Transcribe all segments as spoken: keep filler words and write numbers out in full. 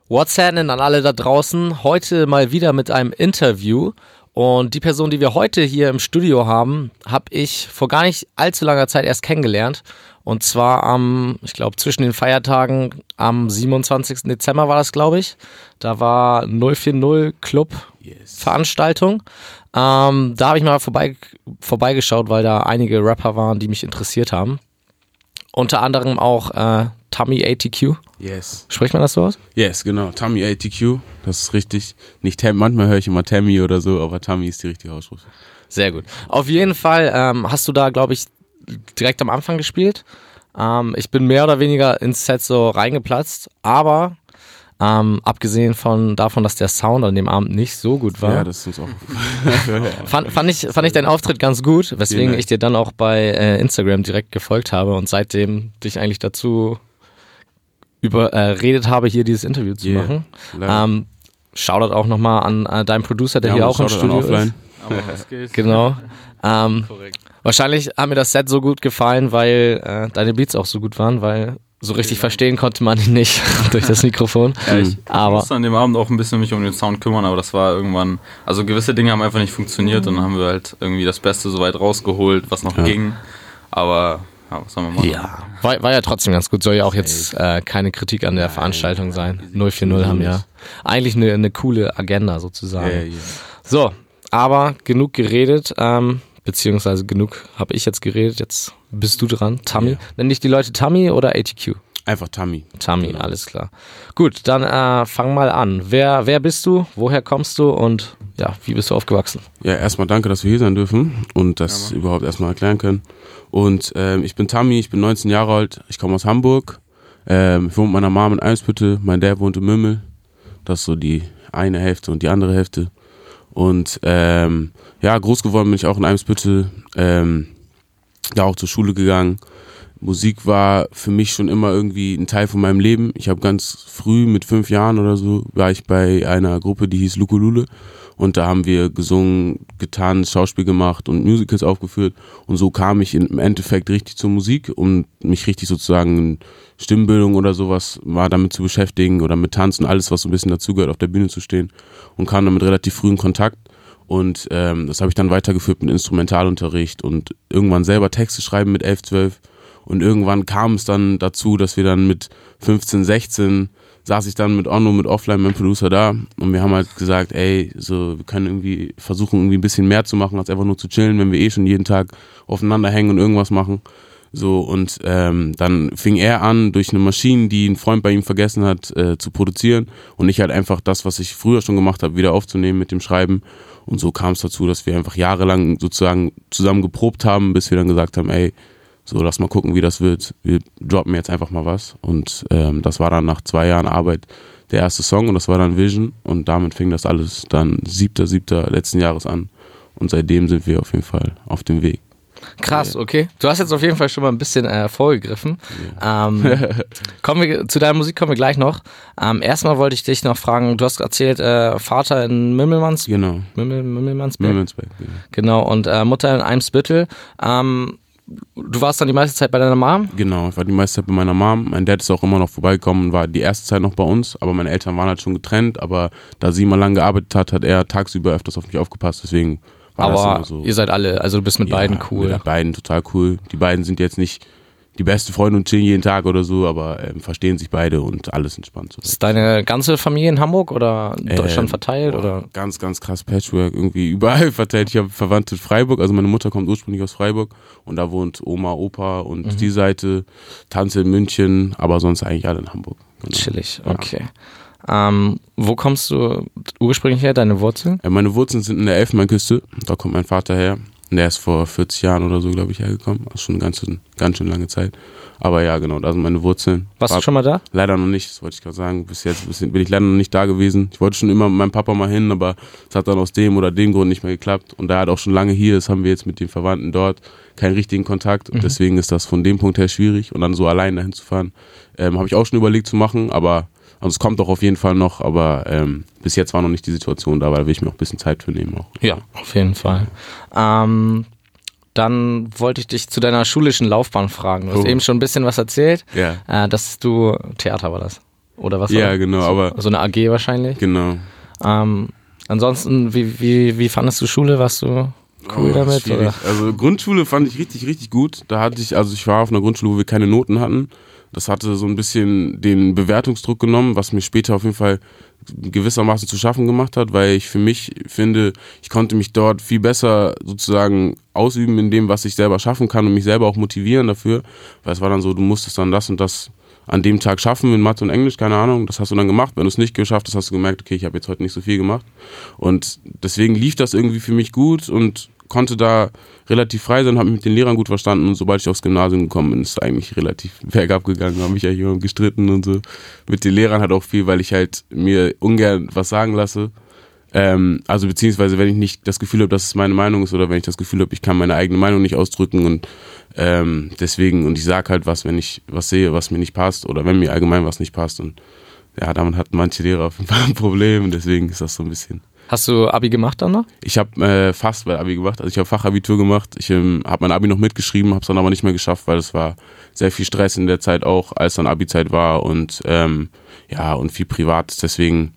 What's happening an alle da draußen? Heute mal wieder mit einem Interview. Und die Person, die wir heute hier im Studio haben, habe ich vor gar nicht allzu langer Zeit erst kennengelernt. Und zwar am, ich glaube, zwischen den Feiertagen am siebenundzwanzigsten Dezember war das, glaube ich. Da war null vier null Club yes. Veranstaltung. Ähm, da habe ich mal vorbei, vorbeigeschaut, weil da einige Rapper waren, die mich interessiert haben. Unter anderem auch äh, Tommy A T Q. Yes. Spricht man das so aus? Yes, genau. Tommy A T Q. Das ist richtig. Nicht Tam, manchmal höre ich immer Tammy oder so, aber Tommy ist die richtige Aussprache. Sehr gut. Auf jeden Fall ähm, hast du da, glaube ich, direkt am Anfang gespielt. Ähm, ich bin mehr oder weniger ins Set so reingeplatzt, aber ähm, abgesehen von davon, dass der Sound an dem Abend nicht so gut war, ja, das ist uns auch fand, fand, ich, fand ich deinen Auftritt ganz gut, weswegen ich dir dann auch bei äh, Instagram direkt gefolgt habe und seitdem dich eigentlich dazu überredet äh, habe, hier dieses Interview zu yeah. machen. Ähm, Shoutout auch nochmal an äh, deinen Producer, der ja, hier auch im Studio ist. Genau. Ähm, wahrscheinlich hat mir das Set so gut gefallen, weil äh, deine Beats auch so gut waren, weil so richtig ja. verstehen konnte man ihn nicht durch das Mikrofon. Ja, ich, aber ich musste an dem Abend auch ein bisschen mich um den Sound kümmern, aber das war irgendwann, also gewisse Dinge haben einfach nicht funktioniert und dann haben wir halt irgendwie das Beste so weit rausgeholt, was noch ja. ging. Aber ja, was soll man machen? Ja, war, war ja trotzdem ganz gut. Soll ja auch jetzt äh, keine Kritik an der Nein, Veranstaltung sein. null vier null haben ja eigentlich eine, eine coole Agenda sozusagen. Ja, ja. So, aber genug geredet, ähm, beziehungsweise genug habe ich jetzt geredet. Jetzt bist du dran. Tommy. Ja. Nenn dich die Leute Tommy oder A T Q? Einfach Tommy. Tommy, genau. Alles klar. Gut, dann äh, fang mal an. Wer, wer bist du? Woher kommst du? Und ja, wie bist du aufgewachsen? Ja, erstmal danke, dass wir hier sein dürfen und das ja, überhaupt erstmal erklären können. Und ähm, ich bin Tommy, ich bin neunzehn Jahre alt, ich komme aus Hamburg. Ähm, ich wohne mit meiner Mom in Eimsbüttel, mein Dad wohnt in Mümmel. Das ist so die eine Hälfte und die andere Hälfte. Und ähm, ja, groß geworden bin ich auch in Eimsbüttel, ähm, da auch zur Schule gegangen. Musik war für mich schon immer irgendwie ein Teil von meinem Leben. Ich habe ganz früh, mit fünf Jahren oder so, war ich bei einer Gruppe, die hieß Lukulule. Und da haben wir gesungen, getanzt, Schauspiel gemacht und Musicals aufgeführt. Und so kam ich im Endeffekt richtig zur Musik, um mich richtig sozusagen in Stimmbildung oder sowas war damit zu beschäftigen oder mit Tanzen, alles, was so ein bisschen dazugehört, auf der Bühne zu stehen. Und kam damit relativ früh in Kontakt. Und ähm, das habe ich dann weitergeführt mit Instrumentalunterricht und irgendwann selber Texte schreiben mit elf, zwölf. Und irgendwann kam es dann dazu, dass wir dann mit fünfzehn, sechzehn saß ich dann mit Onno, mit Offline, meinem Producer da und wir haben halt gesagt, ey, so wir können irgendwie versuchen, irgendwie ein bisschen mehr zu machen, als einfach nur zu chillen, wenn wir eh schon jeden Tag aufeinander hängen und irgendwas machen. So und ähm, dann fing er an, durch eine Maschine, die ein Freund bei ihm vergessen hat, äh, zu produzieren und ich halt einfach das, was ich früher schon gemacht habe, wieder aufzunehmen mit dem Schreiben. Und so kam es dazu, dass wir einfach jahrelang sozusagen zusammen geprobt haben, bis wir dann gesagt haben, ey, so, lass mal gucken, wie das wird. Wir droppen jetzt einfach mal was. Und ähm, das war dann nach zwei Jahren Arbeit der erste Song und das war dann Vision. Und damit fing das alles dann siebter, siebter letzten Jahres an. Und seitdem sind wir auf jeden Fall auf dem Weg. Krass, okay. Du hast jetzt auf jeden Fall schon mal ein bisschen äh, vorgegriffen. Ja. Ähm, kommen wir, zu deiner Musik kommen wir gleich noch. Ähm, erstmal wollte ich dich noch fragen, du hast erzählt, äh, Vater in Mümmelmanns, genau. Mümmel, Mümmelmannsberg. Mümmelmannsberg, ja. Genau, und äh, Mutter in Eimsbüttel. Ähm, Du warst dann die meiste Zeit bei deiner Mom? Genau, ich war die meiste Zeit bei meiner Mom. Mein Dad ist auch immer noch vorbeigekommen und war die erste Zeit noch bei uns. Aber meine Eltern waren halt schon getrennt. Aber da sie mal lange gearbeitet hat, hat er tagsüber öfters auf mich aufgepasst. Deswegen war aber das immer so. Ihr seid alle, also du bist mit ja, beiden cool. Mit beiden total cool. Die beiden sind jetzt nicht die beste Freunde und chillen jeden Tag oder so, aber äh, verstehen sich beide und alles entspannt. So. Ist deine ganze Familie in Hamburg oder in Deutschland äh, verteilt? Boah, oder? Ganz, ganz krass Patchwork, irgendwie überall verteilt. Ich habe Verwandte in Freiburg, also meine Mutter kommt ursprünglich aus Freiburg und da wohnt Oma, Opa und mhm. die Seite, Tante in München, aber sonst eigentlich alle in Hamburg. Genau. Chillig, okay. Ja. Ähm, wo kommst du ursprünglich her, deine Wurzeln? Äh, meine Wurzeln sind in der Elfenbeinküste, da kommt mein Vater her. Der ist vor vierzig Jahren oder so, glaube ich, hergekommen. Das ist schon eine ganz, ganz schön lange Zeit. Aber ja, genau, da sind meine Wurzeln. Warst War, du schon mal da? Leider noch nicht, das wollte ich gerade sagen. Bis jetzt bin ich leider noch nicht da gewesen. Ich wollte schon immer mit meinem Papa mal hin, aber es hat dann aus dem oder dem Grund nicht mehr geklappt. Und da er halt auch schon lange hier ist, haben wir jetzt mit den Verwandten dort keinen richtigen Kontakt. Und mhm. deswegen ist das von dem Punkt her schwierig. Und dann so allein dahin zu fahren, ähm, habe ich auch schon überlegt zu machen, aber also es kommt auch auf jeden Fall noch, aber ähm, bis jetzt war noch nicht die Situation da, weil da will ich mir auch ein bisschen Zeit für nehmen. Auch. Ja, auf jeden Fall. Ähm, dann wollte ich dich zu deiner schulischen Laufbahn fragen. Du hast oh. eben schon ein bisschen was erzählt, ja. äh, dass du, Theater war das? Oder was? Ja, genau, so, aber... So eine A G wahrscheinlich? Genau. Ähm, ansonsten, wie, wie, wie fandest du Schule? Warst du cool oh, damit? Oder? Also Grundschule fand ich richtig, richtig gut. Da hatte ich, also ich war auf einer Grundschule, wo wir keine Noten hatten. Das hatte so ein bisschen den Bewertungsdruck genommen, was mir später auf jeden Fall gewissermaßen zu schaffen gemacht hat, weil ich für mich finde, ich konnte mich dort viel besser sozusagen ausüben in dem, was ich selber schaffen kann und mich selber auch motivieren dafür, weil es war dann so, du musstest dann das und das an dem Tag schaffen in Mathe und Englisch, keine Ahnung, das hast du dann gemacht. Wenn du es nicht geschafft hast, hast du gemerkt, okay, ich habe jetzt heute nicht so viel gemacht und deswegen lief das irgendwie für mich gut und konnte da relativ frei sein, habe mich mit den Lehrern gut verstanden und sobald ich aufs Gymnasium gekommen bin, ist es eigentlich relativ bergab gegangen, habe mich ja hier gestritten und so. Mit den Lehrern halt auch viel, weil ich halt mir ungern was sagen lasse. Ähm, also beziehungsweise, wenn ich nicht das Gefühl habe, dass es meine Meinung ist oder wenn ich das Gefühl habe, ich kann meine eigene Meinung nicht ausdrücken und ähm, deswegen, und ich sage halt was, wenn ich was sehe, was mir nicht passt oder wenn mir allgemein was nicht passt und ja, damit hatten manche Lehrer auf jeden Fall ein Problem und deswegen ist das so ein bisschen... Hast du Abi gemacht dann noch? Ich habe äh, fast bei Abi gemacht, also ich habe Fachabitur gemacht, ich ähm, habe mein Abi noch mitgeschrieben, habe es dann aber nicht mehr geschafft, weil es war sehr viel Stress in der Zeit auch, als dann Abi-Zeit war und ähm, ja und viel Privates, deswegen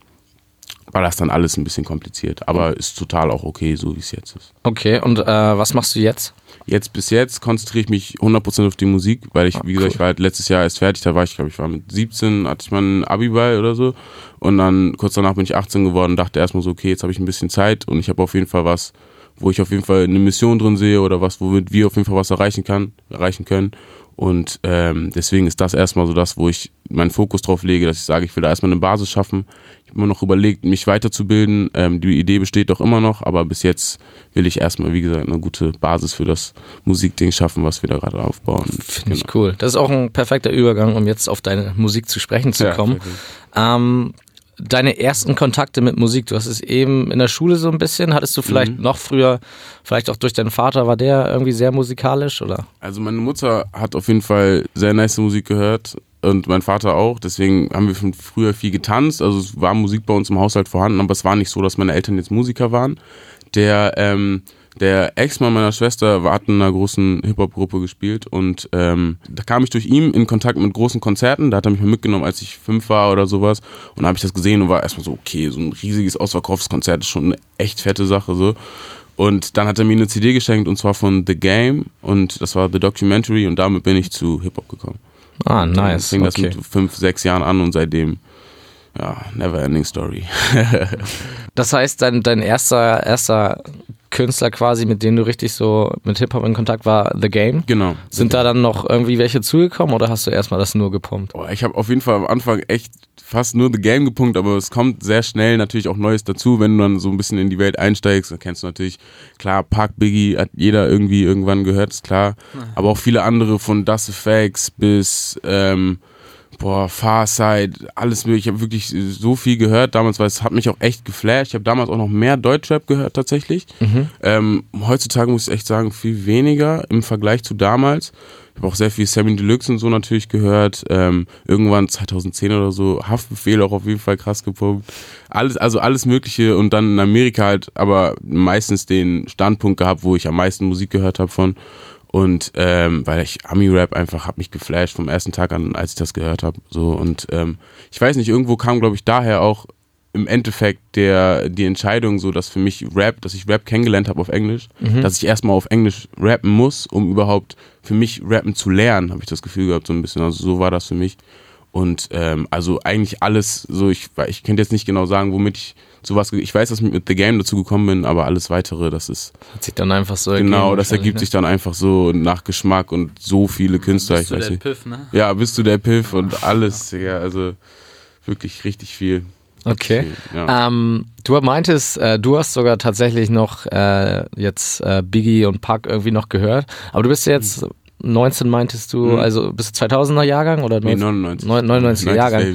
war das dann alles ein bisschen kompliziert, aber ist total auch okay, so wie es jetzt ist. Okay, und äh, was machst du jetzt? Jetzt bis jetzt konzentriere ich mich hundert Prozent auf die Musik, weil ich, ah, wie gesagt, cool. ich war halt letztes Jahr erst fertig, da war ich, glaube ich, war mit siebzehn, hatte ich mal ein Abi bei oder so und dann kurz danach bin ich achtzehn geworden, dachte erstmal so, okay, jetzt habe ich ein bisschen Zeit und ich habe auf jeden Fall was, wo ich auf jeden Fall eine Mission drin sehe oder was, womit wir auf jeden Fall was erreichen kann, erreichen können und ähm, deswegen ist das erstmal so das, wo ich meinen Fokus drauf lege, dass ich sage, ich will da erstmal eine Basis schaffen. Ich habe immer noch überlegt, mich weiterzubilden, ähm, die Idee besteht doch immer noch, aber bis jetzt will ich erstmal, wie gesagt, eine gute Basis für das Musikding schaffen, was wir da gerade aufbauen. Finde ich cool. Das ist auch ein perfekter Übergang, um jetzt auf deine Musik zu sprechen zu kommen. Ja, ähm, deine ersten Kontakte mit Musik, du hast es eben in der Schule so ein bisschen, hattest du vielleicht mhm. noch früher, vielleicht auch durch deinen Vater, war der irgendwie sehr musikalisch, oder? Also meine Mutter hat auf jeden Fall sehr nice Musik gehört und mein Vater auch, deswegen haben wir schon früher viel getanzt, also es war Musik bei uns im Haushalt vorhanden, aber es war nicht so, dass meine Eltern jetzt Musiker waren. Der, ähm, der Ex-Mann meiner Schwester hat in einer großen Hip-Hop-Gruppe gespielt und ähm, da kam ich durch ihn in Kontakt mit großen Konzerten, da hat er mich mal mitgenommen, als ich fünf war oder sowas und da habe ich das gesehen und war erstmal so, okay, so ein riesiges ausverkauftes Konzert ist schon eine echt fette Sache so. Und dann hat er mir eine C D geschenkt und zwar von The Game und das war The Documentary und damit bin ich zu Hip-Hop gekommen. Ah, nice. Fing das okay. mit fünf, sechs Jahren an und seitdem, ja, never ending story. Das heißt, dein, dein erster, erster Künstler quasi, mit dem du richtig so mit Hip-Hop in Kontakt war, The Game? Genau. Sind da dann noch irgendwie welche zugekommen oder hast du erstmal das nur gepumpt? Oh, ich habe auf jeden Fall am Anfang echt fast nur The Game gepumpt, aber es kommt sehr schnell natürlich auch Neues dazu, wenn du dann so ein bisschen in die Welt einsteigst. Dann kennst du natürlich, klar, Park Biggie hat jeder irgendwie irgendwann gehört, ist klar. Aber auch viele andere von Das Effects bis ähm, boah, Farside, alles mögliche. Ich habe wirklich so viel gehört damals, weil es hat mich auch echt geflasht. Ich habe damals auch noch mehr Deutschrap gehört tatsächlich. Mhm. Ähm, heutzutage muss ich echt sagen, viel weniger im Vergleich zu damals. Ich habe auch sehr viel Sammy Deluxe und so natürlich gehört. Ähm, irgendwann zweitausendzehn oder so, Haftbefehl auch auf jeden Fall krass gepumpt. Alles, also alles Mögliche und dann in Amerika halt, aber meistens den Standpunkt gehabt, wo ich am meisten Musik gehört habe von. Und ähm, weil ich Ami-Rap einfach hat mich geflasht vom ersten Tag an, als ich das gehört habe. So und ähm, ich weiß nicht, irgendwo kam, glaube ich, daher auch im Endeffekt der die Entscheidung, so dass für mich Rap, dass ich Rap kennengelernt habe auf Englisch, mhm. dass ich erstmal auf Englisch rappen muss, um überhaupt für mich rappen zu lernen, habe ich das Gefühl gehabt so ein bisschen. Also so war das für mich. Und ähm, also eigentlich alles, so ich ich könnte jetzt nicht genau sagen, womit ich sowas, ich weiß, dass ich mit The Game dazu gekommen bin, aber alles weitere, das ist hat sich dann einfach so ergeben. Genau, das ne? ergibt sich dann einfach so nach Geschmack und so viele Künstler. Bist ich du weiß der nicht. Piff, ne? Ja, bist du der Piff und alles, ja, also wirklich richtig viel. Okay. Viel, ja. Ähm, du meintest, äh, du hast sogar tatsächlich noch äh, jetzt äh, Biggie und Pac irgendwie noch gehört, aber du bist jetzt neunzehn meintest du, mhm. also bist du zweitausender Jahrgang oder nee, neunundneunzig. neunundneunziger Jahrgang.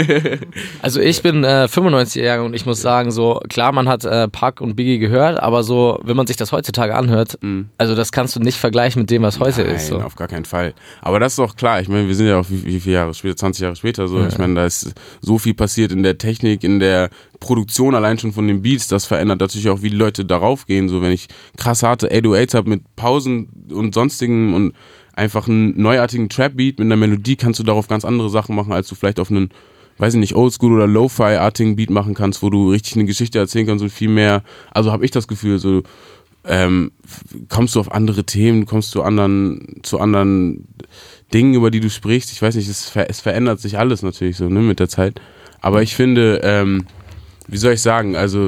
Also ich bin äh, fünfundneunziger Jahrgang und ich muss sagen, so klar, man hat äh, Pac und Biggie gehört, aber so, wenn man sich das heutzutage anhört, mhm. also das kannst du nicht vergleichen mit dem, was heute Nein, ist. So. Auf gar keinen Fall. Aber das ist doch klar, ich meine, wir sind ja auch wie, wie viele Jahre später, zwanzig Jahre später, so. Ja. Ich meine, da ist so viel passiert in der Technik, in der Produktion allein schon von den Beats, das verändert natürlich auch, wie die Leute darauf gehen, so wenn ich krass harte acht null acht habe mit Pausen und sonstigen und einfach einen neuartigen Trap-Beat mit einer Melodie, kannst du darauf ganz andere Sachen machen, als du vielleicht auf einen weiß ich nicht, Oldschool oder Lo-Fi-artigen Beat machen kannst, wo du richtig eine Geschichte erzählen kannst und viel mehr, also habe ich das Gefühl, so ähm, kommst du auf andere Themen, kommst du anderen, zu anderen Dingen, über die du sprichst. Ich weiß nicht, es, ver- es verändert sich alles natürlich so, ne, mit der Zeit. Aber ich finde, ähm, wie soll ich sagen, also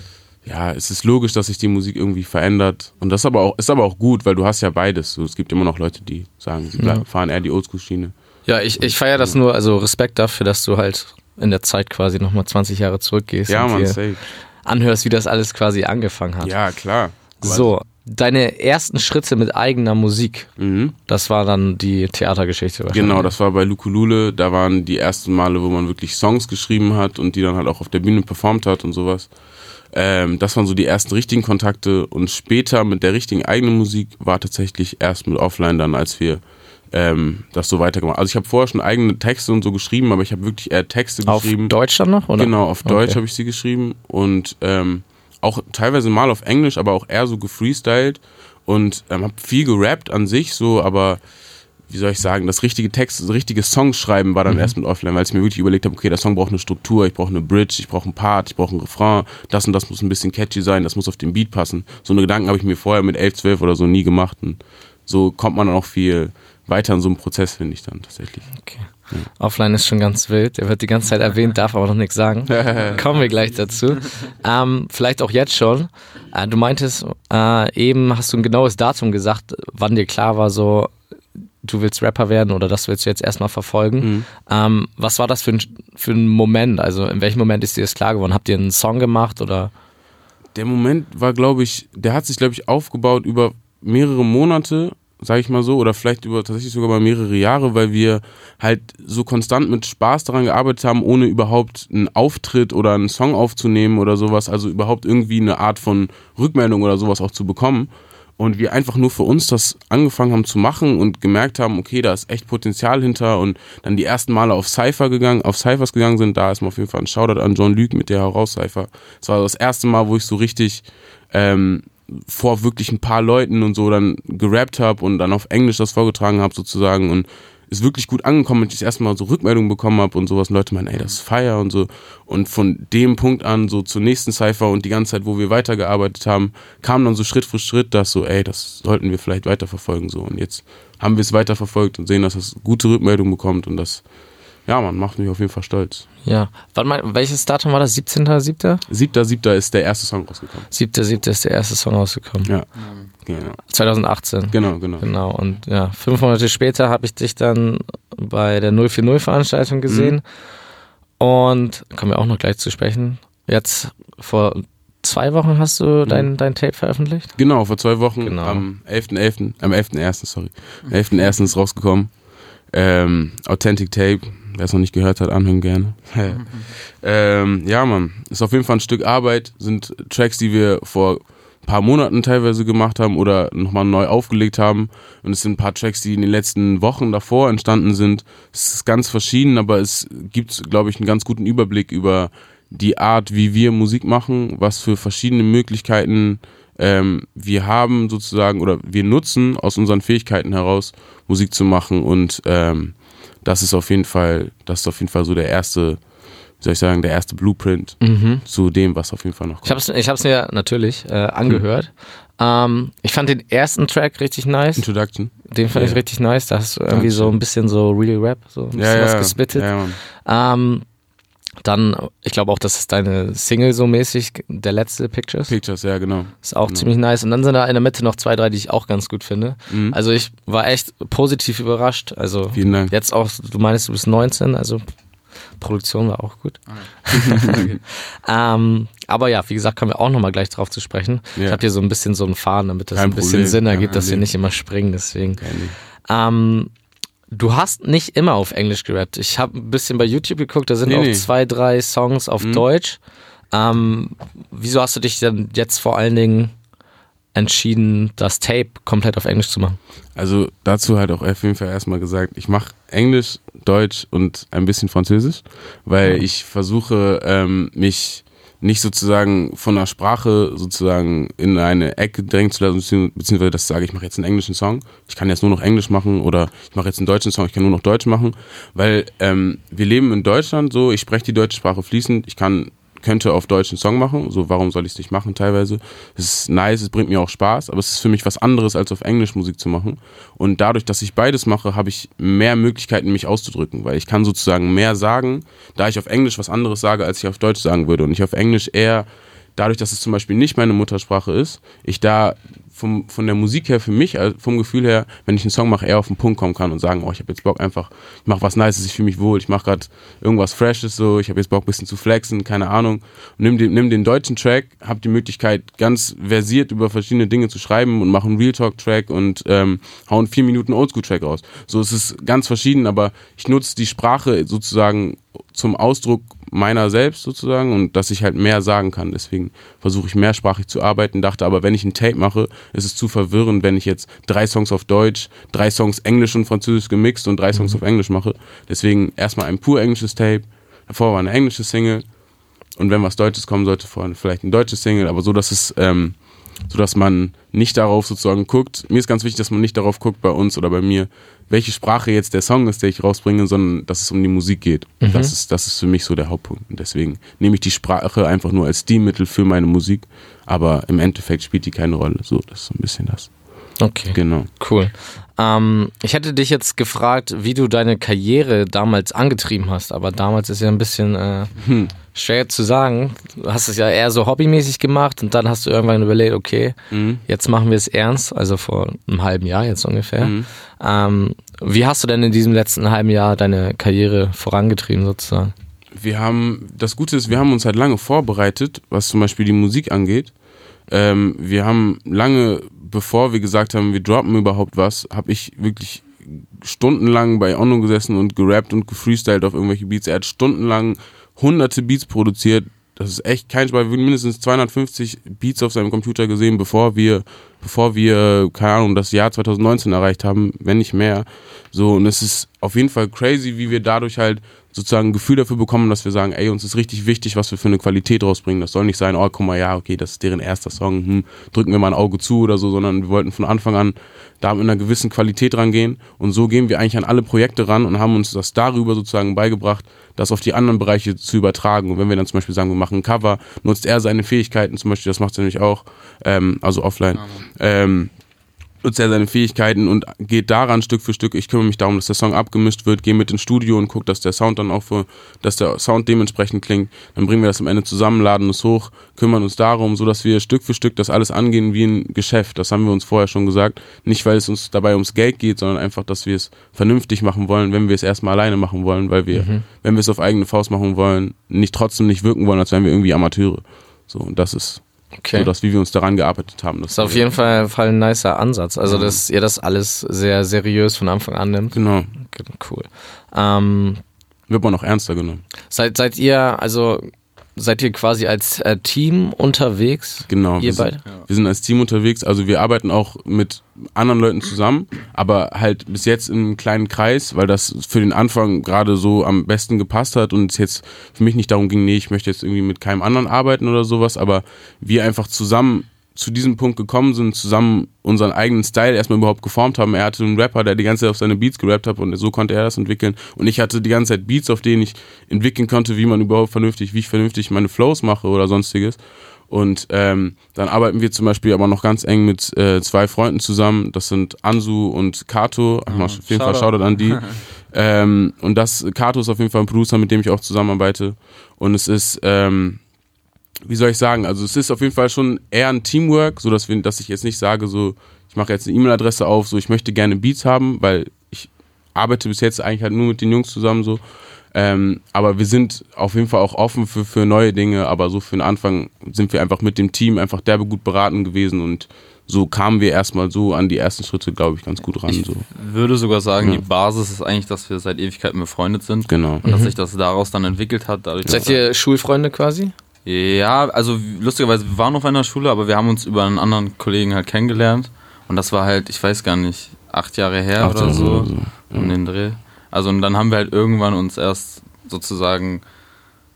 ja, es ist logisch, dass sich die Musik irgendwie verändert und das aber auch, ist aber auch gut, weil du hast ja beides. So, es gibt immer noch Leute, die sagen, sie Ja. fahren eher die Oldschool-Schiene. Ja, ich, ich feiere das nur, also Respekt dafür, dass du halt in der Zeit quasi nochmal zwanzig Jahre zurückgehst Ja, und man, dir safe. anhörst, wie das alles quasi angefangen hat. Ja, klar. So, deine ersten Schritte mit eigener Musik, Mhm. das war dann die Theatergeschichte wahrscheinlich. Genau, das war bei Lukulule, da waren die ersten Male, wo man wirklich Songs geschrieben hat und die dann halt auch auf der Bühne performt hat und sowas. Ähm, das waren so die ersten richtigen Kontakte und später mit der richtigen eigenen Musik war tatsächlich erst mit Offline dann, als wir ähm, das so weitergemacht haben. Also ich habe vorher schon eigene Texte und so geschrieben, aber ich habe wirklich eher Texte Auf geschrieben. Deutsch dann noch, oder? Genau, auf Deutsch Okay. habe ich sie geschrieben und ähm, auch teilweise mal auf Englisch, aber auch eher so gefreestylt und ähm, habe viel gerappt an sich, so, aber wie soll ich sagen, das richtige Text, das richtige Songschreiben war dann Mhm. erst mit Offline, weil ich mir wirklich überlegt habe, okay, der Song braucht eine Struktur, ich brauche eine Bridge, ich brauche einen Part, ich brauche einen Refrain, das und das muss ein bisschen catchy sein, das muss auf den Beat passen. So eine Gedanken habe ich mir vorher mit elf, zwölf oder so nie gemacht und so kommt man dann auch viel weiter in so einem Prozess, finde ich dann tatsächlich. Okay. Offline ist schon ganz wild. Er wird die ganze Zeit erwähnt, darf aber noch nichts sagen. Kommen wir gleich dazu. Ähm, vielleicht auch jetzt schon. Äh, du meintest, äh, eben hast du ein genaues Datum gesagt, wann dir klar war, so, du willst Rapper werden oder das willst du jetzt erstmal verfolgen. Mhm. Ähm, was war das für ein, für ein Moment? Also in welchem Moment ist dir das klar geworden? Habt ihr einen Song gemacht oder? Der Moment war, glaube ich, der hat sich, glaube ich, aufgebaut über mehrere Monate, sage ich mal so, oder vielleicht über tatsächlich sogar mal mehrere Jahre, weil wir halt so konstant mit Spaß daran gearbeitet haben, ohne überhaupt einen Auftritt oder einen Song aufzunehmen oder sowas, also überhaupt irgendwie eine Art von Rückmeldung oder sowas auch zu bekommen. Und wir einfach nur für uns das angefangen haben zu machen und gemerkt haben, okay, da ist echt Potenzial hinter und dann die ersten Male auf Cypher gegangen, auf Cyphers gegangen sind, da ist mal auf jeden Fall ein Shoutout an John Luke mit der Heraus-Cypher. Das war das erste Mal, wo ich so richtig ähm, vor wirklich ein paar Leuten und so dann gerappt habe und dann auf Englisch das vorgetragen habe sozusagen und ist wirklich gut angekommen, wenn ich das erste Mal so Rückmeldungen bekommen habe und sowas und Leute meinen, ey, das ist Fire und so und von dem Punkt an so zur nächsten Cypher und die ganze Zeit, wo wir weitergearbeitet haben, kam dann so Schritt für Schritt, dass so, ey, das sollten wir vielleicht weiterverfolgen so und jetzt haben wir es weiterverfolgt und sehen, dass das gute Rückmeldungen bekommt und das, ja, man macht mich auf jeden Fall stolz. Ja. Warte mal, welches Datum war das? siebzehnter siebter Siebter, siebter ist der erste Song rausgekommen. siebter siebter ist der erste Song rausgekommen. Ja, genau. zwanzig achtzehn. Genau, genau. Genau, und ja, fünf Monate später habe ich dich dann bei der null vier null Veranstaltung gesehen und kommen wir auch noch gleich zu sprechen. Jetzt vor zwei Wochen hast du dein, dein Tape veröffentlicht? Genau, vor zwei Wochen, Genau. am elften elften, am elften ersten, sorry, am elften ersten ist rausgekommen. Ähm, Authentic Tape, wer es noch nicht gehört hat, anhören gerne. ähm, ja, Mann, ist auf jeden Fall ein Stück Arbeit, sind Tracks, die wir vor ein paar Monaten teilweise gemacht haben oder nochmal neu aufgelegt haben und es sind ein paar Tracks, die in den letzten Wochen davor entstanden sind. Es ist ganz verschieden, aber es gibt, glaube ich, einen ganz guten Überblick über die Art, wie wir Musik machen, was für verschiedene Möglichkeiten ähm, wir haben sozusagen oder wir nutzen aus unseren Fähigkeiten heraus Musik zu machen und ähm, das ist auf jeden Fall, das ist auf jeden Fall so der erste, wie soll ich sagen, der erste Blueprint Mhm. zu dem, was auf jeden Fall noch kommt. Ich habe es ich hab's mir natürlich äh, angehört. Ähm, ich fand den ersten Track richtig nice. Introduction. Den fand Ja. ich richtig nice. Da hast du irgendwie Dankeschön. so ein bisschen so Real Rap, so ein bisschen Ja, was ja, gespittet. ja, Mann. Ähm, dann, ich glaube auch, das ist deine Single so mäßig, der letzte Pictures. Pictures, ja, genau. Ist auch Genau. ziemlich nice. Und dann sind da in der Mitte noch zwei, drei, die ich auch ganz gut finde. Mhm. Also ich war echt positiv überrascht. Also Vielen Dank. jetzt auch, du meinst, du bist neunzehn, also Produktion war auch gut. ähm, aber ja, wie gesagt, kommen wir auch nochmal gleich drauf zu sprechen. Ja. Ich habe hier so ein bisschen so einen Faden, damit das Kein ein bisschen Problem, Sinn kein ergibt, dass wir Problem. nicht immer springen, deswegen. Kein Ding. Ähm, du hast nicht immer auf Englisch gerappt. Ich habe ein bisschen bei YouTube geguckt, da sind Nee, auch nee. zwei, drei Songs auf Mhm. Deutsch. Ähm, wieso hast du dich dann jetzt vor allen Dingen entschieden, das Tape komplett auf Englisch zu machen? Also dazu halt auch auf jeden Fall erstmal gesagt, ich mache Englisch, Deutsch und ein bisschen Französisch, weil Ja. ich versuche, ähm, mich nicht sozusagen von der Sprache sozusagen in eine Ecke drängen zu lassen, beziehungsweise dass ich sage, ich mache jetzt einen englischen Song, ich kann jetzt nur noch Englisch machen oder ich mache jetzt einen deutschen Song, ich kann nur noch Deutsch machen, weil ähm, wir leben in Deutschland so, ich spreche die deutsche Sprache fließend, ich kann könnte auf Deutsch einen Song machen, so warum soll ich es nicht machen teilweise. Es ist nice, es bringt mir auch Spaß, aber es ist für mich was anderes, als auf Englisch Musik zu machen. Und dadurch, dass ich beides mache, habe ich mehr Möglichkeiten, mich auszudrücken, weil ich kann sozusagen mehr sagen, da ich auf Englisch was anderes sage, als ich auf Deutsch sagen würde. Und ich auf Englisch eher, dadurch, dass es zum Beispiel nicht meine Muttersprache ist, ich da vom, von der Musik her für mich, vom Gefühl her, wenn ich einen Song mache, eher auf den Punkt kommen kann und sagen, oh, ich habe jetzt Bock einfach, ich mache was Nices, ich fühle mich wohl, ich mache gerade irgendwas Freshes so, ich habe jetzt Bock ein bisschen zu flexen, keine Ahnung. Und nimm den, nimm den deutschen Track, hab die Möglichkeit, ganz versiert über verschiedene Dinge zu schreiben und mache einen Real Talk Track und ähm, hau einen vier Minuten Oldschool Track raus. So, es ist ganz verschieden, aber ich nutze die Sprache sozusagen zum Ausdruck meiner selbst sozusagen und dass ich halt mehr sagen kann. Deswegen versuche ich mehrsprachig zu arbeiten, dachte aber, wenn ich ein Tape mache, ist es zu verwirrend, wenn ich jetzt drei Songs auf Deutsch, drei Songs Englisch und Französisch gemixt und drei Songs mhm. auf Englisch mache. Deswegen erstmal ein pur englisches Tape, davor war eine englische Single und wenn was Deutsches kommen sollte, vorher vielleicht ein deutsches Single, aber so, dass es ähm, so dass man nicht darauf sozusagen guckt, mir ist ganz wichtig, dass man nicht darauf guckt bei uns oder bei mir, welche Sprache jetzt der Song ist, der ich rausbringe, sondern dass es um die Musik geht. Mhm. Das ist, das ist für mich so der Hauptpunkt. Und deswegen nehme ich die Sprache einfach nur als Stilmittel für meine Musik, aber im Endeffekt spielt die keine Rolle. So, das ist so ein bisschen das. Okay, genau. Cool. Ähm, ich hätte dich jetzt gefragt, wie du deine Karriere damals angetrieben hast, aber damals ist ja ein bisschen äh, hm. schwer zu sagen. Du hast es ja eher so hobbymäßig gemacht und dann hast du irgendwann überlegt, okay, mhm. jetzt machen wir es ernst, also vor einem halben Jahr jetzt ungefähr. Mhm. Ähm, wie hast du denn in diesem letzten halben Jahr deine Karriere vorangetrieben sozusagen? Wir haben, das Gute ist, wir haben uns halt lange vorbereitet, was zum Beispiel die Musik angeht. Ähm, wir haben lange, bevor wir gesagt haben, wir droppen überhaupt was, habe ich wirklich stundenlang bei Onno gesessen und gerappt und gefreestylt auf irgendwelche Beats. Er hat stundenlang hunderte Beats produziert. Das ist echt kein Spaß. Wir haben mindestens zweihundertfünfzig Beats auf seinem Computer gesehen, bevor wir, bevor wir, keine Ahnung, das Jahr zwanzig neunzehn erreicht haben, wenn nicht mehr. So, und es ist auf jeden Fall crazy, wie wir dadurch halt sozusagen ein Gefühl dafür bekommen, dass wir sagen, ey, uns ist richtig wichtig, was wir für eine Qualität rausbringen. Das soll nicht sein, oh, guck mal, ja, okay, das ist deren erster Song, hm, drücken wir mal ein Auge zu oder so, sondern wir wollten von Anfang an da mit einer gewissen Qualität rangehen und so gehen wir eigentlich an alle Projekte ran und haben uns das darüber sozusagen beigebracht, das auf die anderen Bereiche zu übertragen. Und wenn wir dann zum Beispiel sagen, wir machen ein Cover, nutzt er seine Fähigkeiten zum Beispiel, das macht er nämlich auch, ähm, also offline, ähm, nutzt er seine Fähigkeiten und geht daran Stück für Stück. Ich kümmere mich darum, dass der Song abgemischt wird, gehe mit ins Studio und gucke, dass der Sound dann auch für, dass der Sound dementsprechend klingt. Dann bringen wir das am Ende zusammen, laden es hoch, kümmern uns darum, so dass wir Stück für Stück das alles angehen wie ein Geschäft. Das haben wir uns vorher schon gesagt. Nicht, weil es uns dabei ums Geld geht, sondern einfach, dass wir es vernünftig machen wollen, wenn wir es erstmal alleine machen wollen, weil wir, mhm. wenn wir es auf eigene Faust machen wollen, nicht trotzdem nicht wirken wollen, als wären wir irgendwie Amateure. So, und das ist okay. So, dass wie wir uns daran gearbeitet haben. Das ist auf jeden Fall, Fall ein nicer Ansatz. Also, dass ihr das alles sehr seriös von Anfang an nimmt. Genau. Cool. Ähm, Wird man noch ernster genommen. Seid, seid ihr, also, seid ihr quasi als äh, Team unterwegs? Genau. Ihr wir beide? Sind, wir sind als Team unterwegs. Also, wir arbeiten auch mit anderen Leuten zusammen, aber halt bis jetzt in einem kleinen Kreis, weil das für den Anfang gerade so am besten gepasst hat und es jetzt für mich nicht darum ging, nee, ich möchte jetzt irgendwie mit keinem anderen arbeiten oder sowas, aber wir einfach zusammen zu diesem Punkt gekommen sind, zusammen unseren eigenen Style erstmal überhaupt geformt haben. Er hatte einen Rapper, der die ganze Zeit auf seine Beats gerappt hat und so konnte er das entwickeln und ich hatte die ganze Zeit Beats, auf denen ich entwickeln konnte, wie man überhaupt vernünftig, wie ich vernünftig meine Flows mache oder sonstiges. Und ähm, dann arbeiten wir zum Beispiel aber noch ganz eng mit äh, zwei Freunden zusammen. Das sind Ansu und Kato. Mhm. Auf jeden Fall Shoutout an die. ähm, und das Kato ist auf jeden Fall ein Producer, mit dem ich auch zusammenarbeite. Und es ist, ähm, wie soll ich sagen, also es ist auf jeden Fall schon eher ein Teamwork, so dass wir, dass ich jetzt nicht sage, so ich mache jetzt eine E-Mail-Adresse auf, so ich möchte gerne Beats haben, weil ich arbeite bis jetzt eigentlich halt nur mit den Jungs zusammen so. Ähm, aber wir sind auf jeden Fall auch offen für, für neue Dinge, aber so für den Anfang sind wir einfach mit dem Team einfach derbe gut beraten gewesen und so kamen wir erstmal so an die ersten Schritte, glaube ich, ganz gut ran. Ich so. würde sogar sagen, ja. Die Basis ist eigentlich, dass wir seit Ewigkeiten befreundet sind. Genau. Und mhm. dass sich das daraus dann entwickelt hat. Dadurch, Seid ihr Schulfreunde quasi? Ja, also lustigerweise, wir waren auf einer Schule, aber wir haben uns über einen anderen Kollegen halt kennengelernt. Und das war halt, ich weiß gar nicht, acht Jahre her acht oder so, oder so. Ja. Um den Dreh. Also und dann haben wir halt irgendwann uns erst sozusagen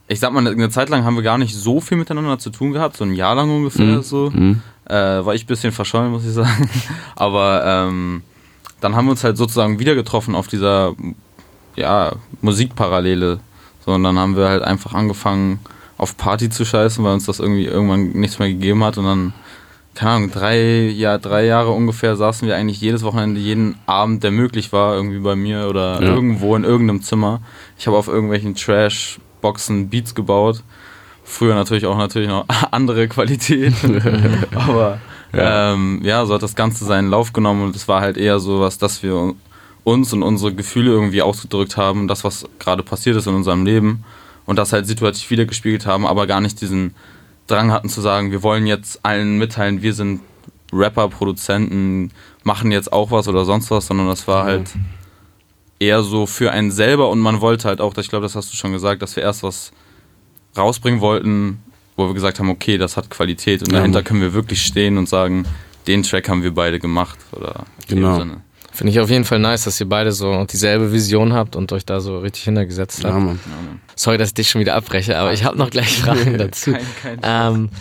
ich sag mal, eine Zeit lang haben wir gar nicht so viel miteinander zu tun gehabt, so ein Jahr lang ungefähr Mhm. so. Mhm. Äh, war ich ein bisschen verschollen, muss ich sagen. Aber ähm, dann haben wir uns halt sozusagen wieder getroffen auf dieser ja, Musikparallele. So, und dann haben wir halt einfach angefangen, auf Party zu scheißen, weil uns das irgendwie irgendwann nichts mehr gegeben hat. Und dann, keine Ahnung, drei, ja, drei Jahre ungefähr saßen wir eigentlich jedes Wochenende, jeden Abend, der möglich war, irgendwie bei mir oder Ja. irgendwo in irgendeinem Zimmer. Ich habe auf irgendwelchen Trash-Boxen Beats gebaut. Früher natürlich auch natürlich noch andere Qualität. Aber Ja. ähm, ja, so hat das Ganze seinen Lauf genommen und es war halt eher so was, dass wir uns und unsere Gefühle irgendwie ausgedrückt haben, das, was gerade passiert ist in unserem Leben und das halt situativ wiedergespiegelt haben, aber gar nicht diesen Drang hatten zu sagen, wir wollen jetzt allen mitteilen, wir sind Rapper, Produzenten, machen jetzt auch was oder sonst was, sondern das war halt eher so für einen selber und man wollte halt auch, ich glaube, das hast du schon gesagt, dass wir erst was rausbringen wollten, wo wir gesagt haben, okay, das hat Qualität und Ja. dahinter können wir wirklich stehen und sagen, den Track haben wir beide gemacht. Oder in dem Genau. Sinne. Finde ich auf jeden Fall nice, dass ihr beide so dieselbe Vision habt und euch da so richtig hintergesetzt Ja, habt. Mann. Ja, Mann. Sorry, dass ich dich schon wieder abbreche, aber ich habe noch gleich Fragen dazu. Kein, kein Ähm,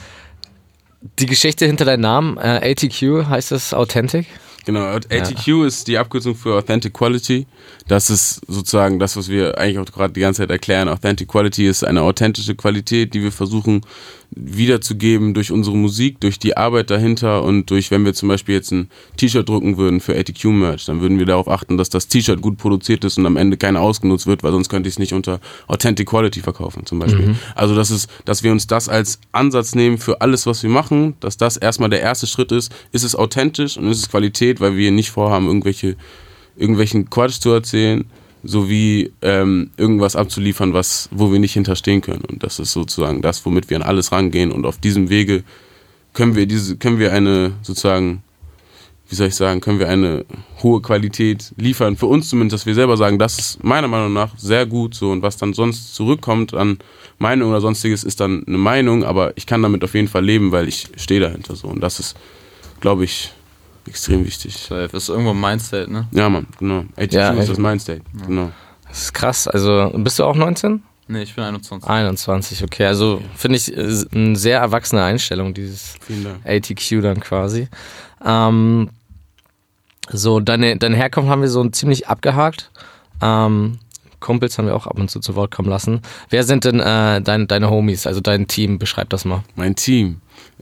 die Geschichte hinter deinem Namen, äh, A T Q, heißt das Authentic? Genau, A T Q ist die Abkürzung für Authentic Quality. Das ist sozusagen das, was wir eigentlich auch gerade die ganze Zeit erklären. Authentic Quality ist eine authentische Qualität, die wir versuchen wiederzugeben durch unsere Musik, durch die Arbeit dahinter und durch, wenn wir zum Beispiel jetzt ein T-Shirt drucken würden für A T Q-Merch, dann würden wir darauf achten, dass das T-Shirt gut produziert ist und am Ende keiner ausgenutzt wird, weil sonst könnte ich es nicht unter Authentic Quality verkaufen zum Beispiel. Mhm. Also das ist, dass wir uns das als Ansatz nehmen für alles, was wir machen, dass das erstmal der erste Schritt ist, ist es authentisch und ist es Qualität, weil wir nicht vorhaben, irgendwelche, irgendwelchen Quatsch zu erzählen, sowie ähm, irgendwas abzuliefern, was, wo wir nicht hinterstehen können. Und das ist sozusagen das, womit wir an alles rangehen. Und auf diesem Wege können wir diese, können wir eine sozusagen, wie soll ich sagen, können wir eine hohe Qualität liefern. Für uns zumindest, dass wir selber sagen, das ist meiner Meinung nach sehr gut so. Und was dann sonst zurückkommt an Meinung oder sonstiges, ist dann eine Meinung, aber ich kann damit auf jeden Fall leben, weil ich stehe dahinter so. Und das ist, glaube ich, extrem wichtig. Das ist irgendwo ein Mindset, ne? Ja, Mann, genau. A T Q Ja, ist das Mindstate, Ja. genau. Das ist krass. Also, bist du auch neunzehn? Ne, ich bin einundzwanzig. einundzwanzig, okay. Also, finde ich äh, eine sehr erwachsene Einstellung, dieses Vielen Dank. A T Q dann quasi. Ähm, so, deine, deine Herkunft haben wir so ziemlich abgehakt. Ähm, Kumpels haben wir auch ab und zu zu Wort kommen lassen. Wer sind denn äh, dein, deine Homies, also dein Team? Beschreib das mal. Mein Team.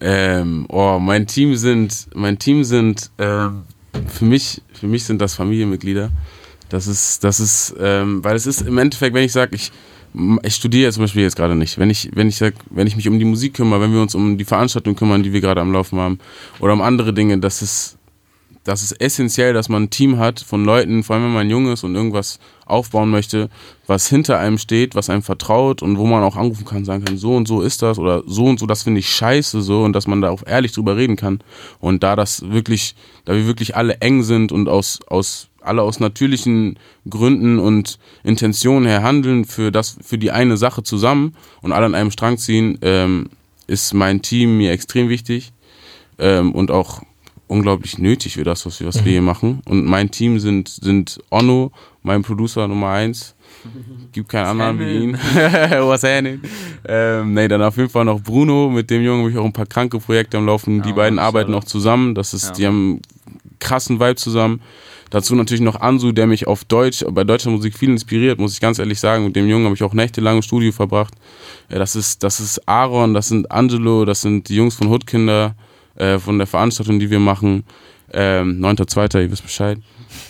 Ähm, oh, mein Team sind, mein Team sind, ähm, für mich, für mich sind das Familienmitglieder. Das ist, das ist, ähm, weil es ist im Endeffekt, wenn ich sage, ich, ich studiere zum Beispiel jetzt gerade nicht. Wenn ich, wenn ich sag, wenn ich mich um die Musik kümmere, wenn wir uns um die Veranstaltung kümmern, die wir gerade am Laufen haben, oder um andere Dinge, das ist, das ist essentiell, dass man ein Team hat von Leuten, vor allem wenn man jung ist und irgendwas aufbauen möchte, was hinter einem steht, was einem vertraut und wo man auch anrufen kann, sagen kann, so und so ist das oder so und so, das finde ich scheiße so und dass man da auch ehrlich drüber reden kann. Und da das wirklich, da wir wirklich alle eng sind und aus, aus alle aus natürlichen Gründen und Intentionen her handeln für das, für die eine Sache zusammen und alle an einem Strang ziehen, ähm, ist mein Team mir extrem wichtig ähm, und auch unglaublich nötig für das, was wir, was wir hier machen. Und mein Team sind, sind Onno, mein Producer Nummer eins. Gibt keinen anderen wie ihn. Was happening? Ähm, nee, dann auf jeden Fall noch Bruno, mit dem Jungen habe ich auch ein paar kranke Projekte am Laufen. Die Ja, beiden Mann, arbeiten schade. noch zusammen. Das ist, Ja, die haben einen krassen Vibe zusammen. Dazu natürlich noch Ansu, der mich auf Deutsch, bei deutscher Musik viel inspiriert, muss ich ganz ehrlich sagen. Mit dem Jungen habe ich auch nächtelang im Studio verbracht. Ja, das ist, das ist Aaron, das sind Angelo, das sind die Jungs von Hoodkinder, äh, von der Veranstaltung, die wir machen. Ähm, neunter zweiter ihr wisst Bescheid.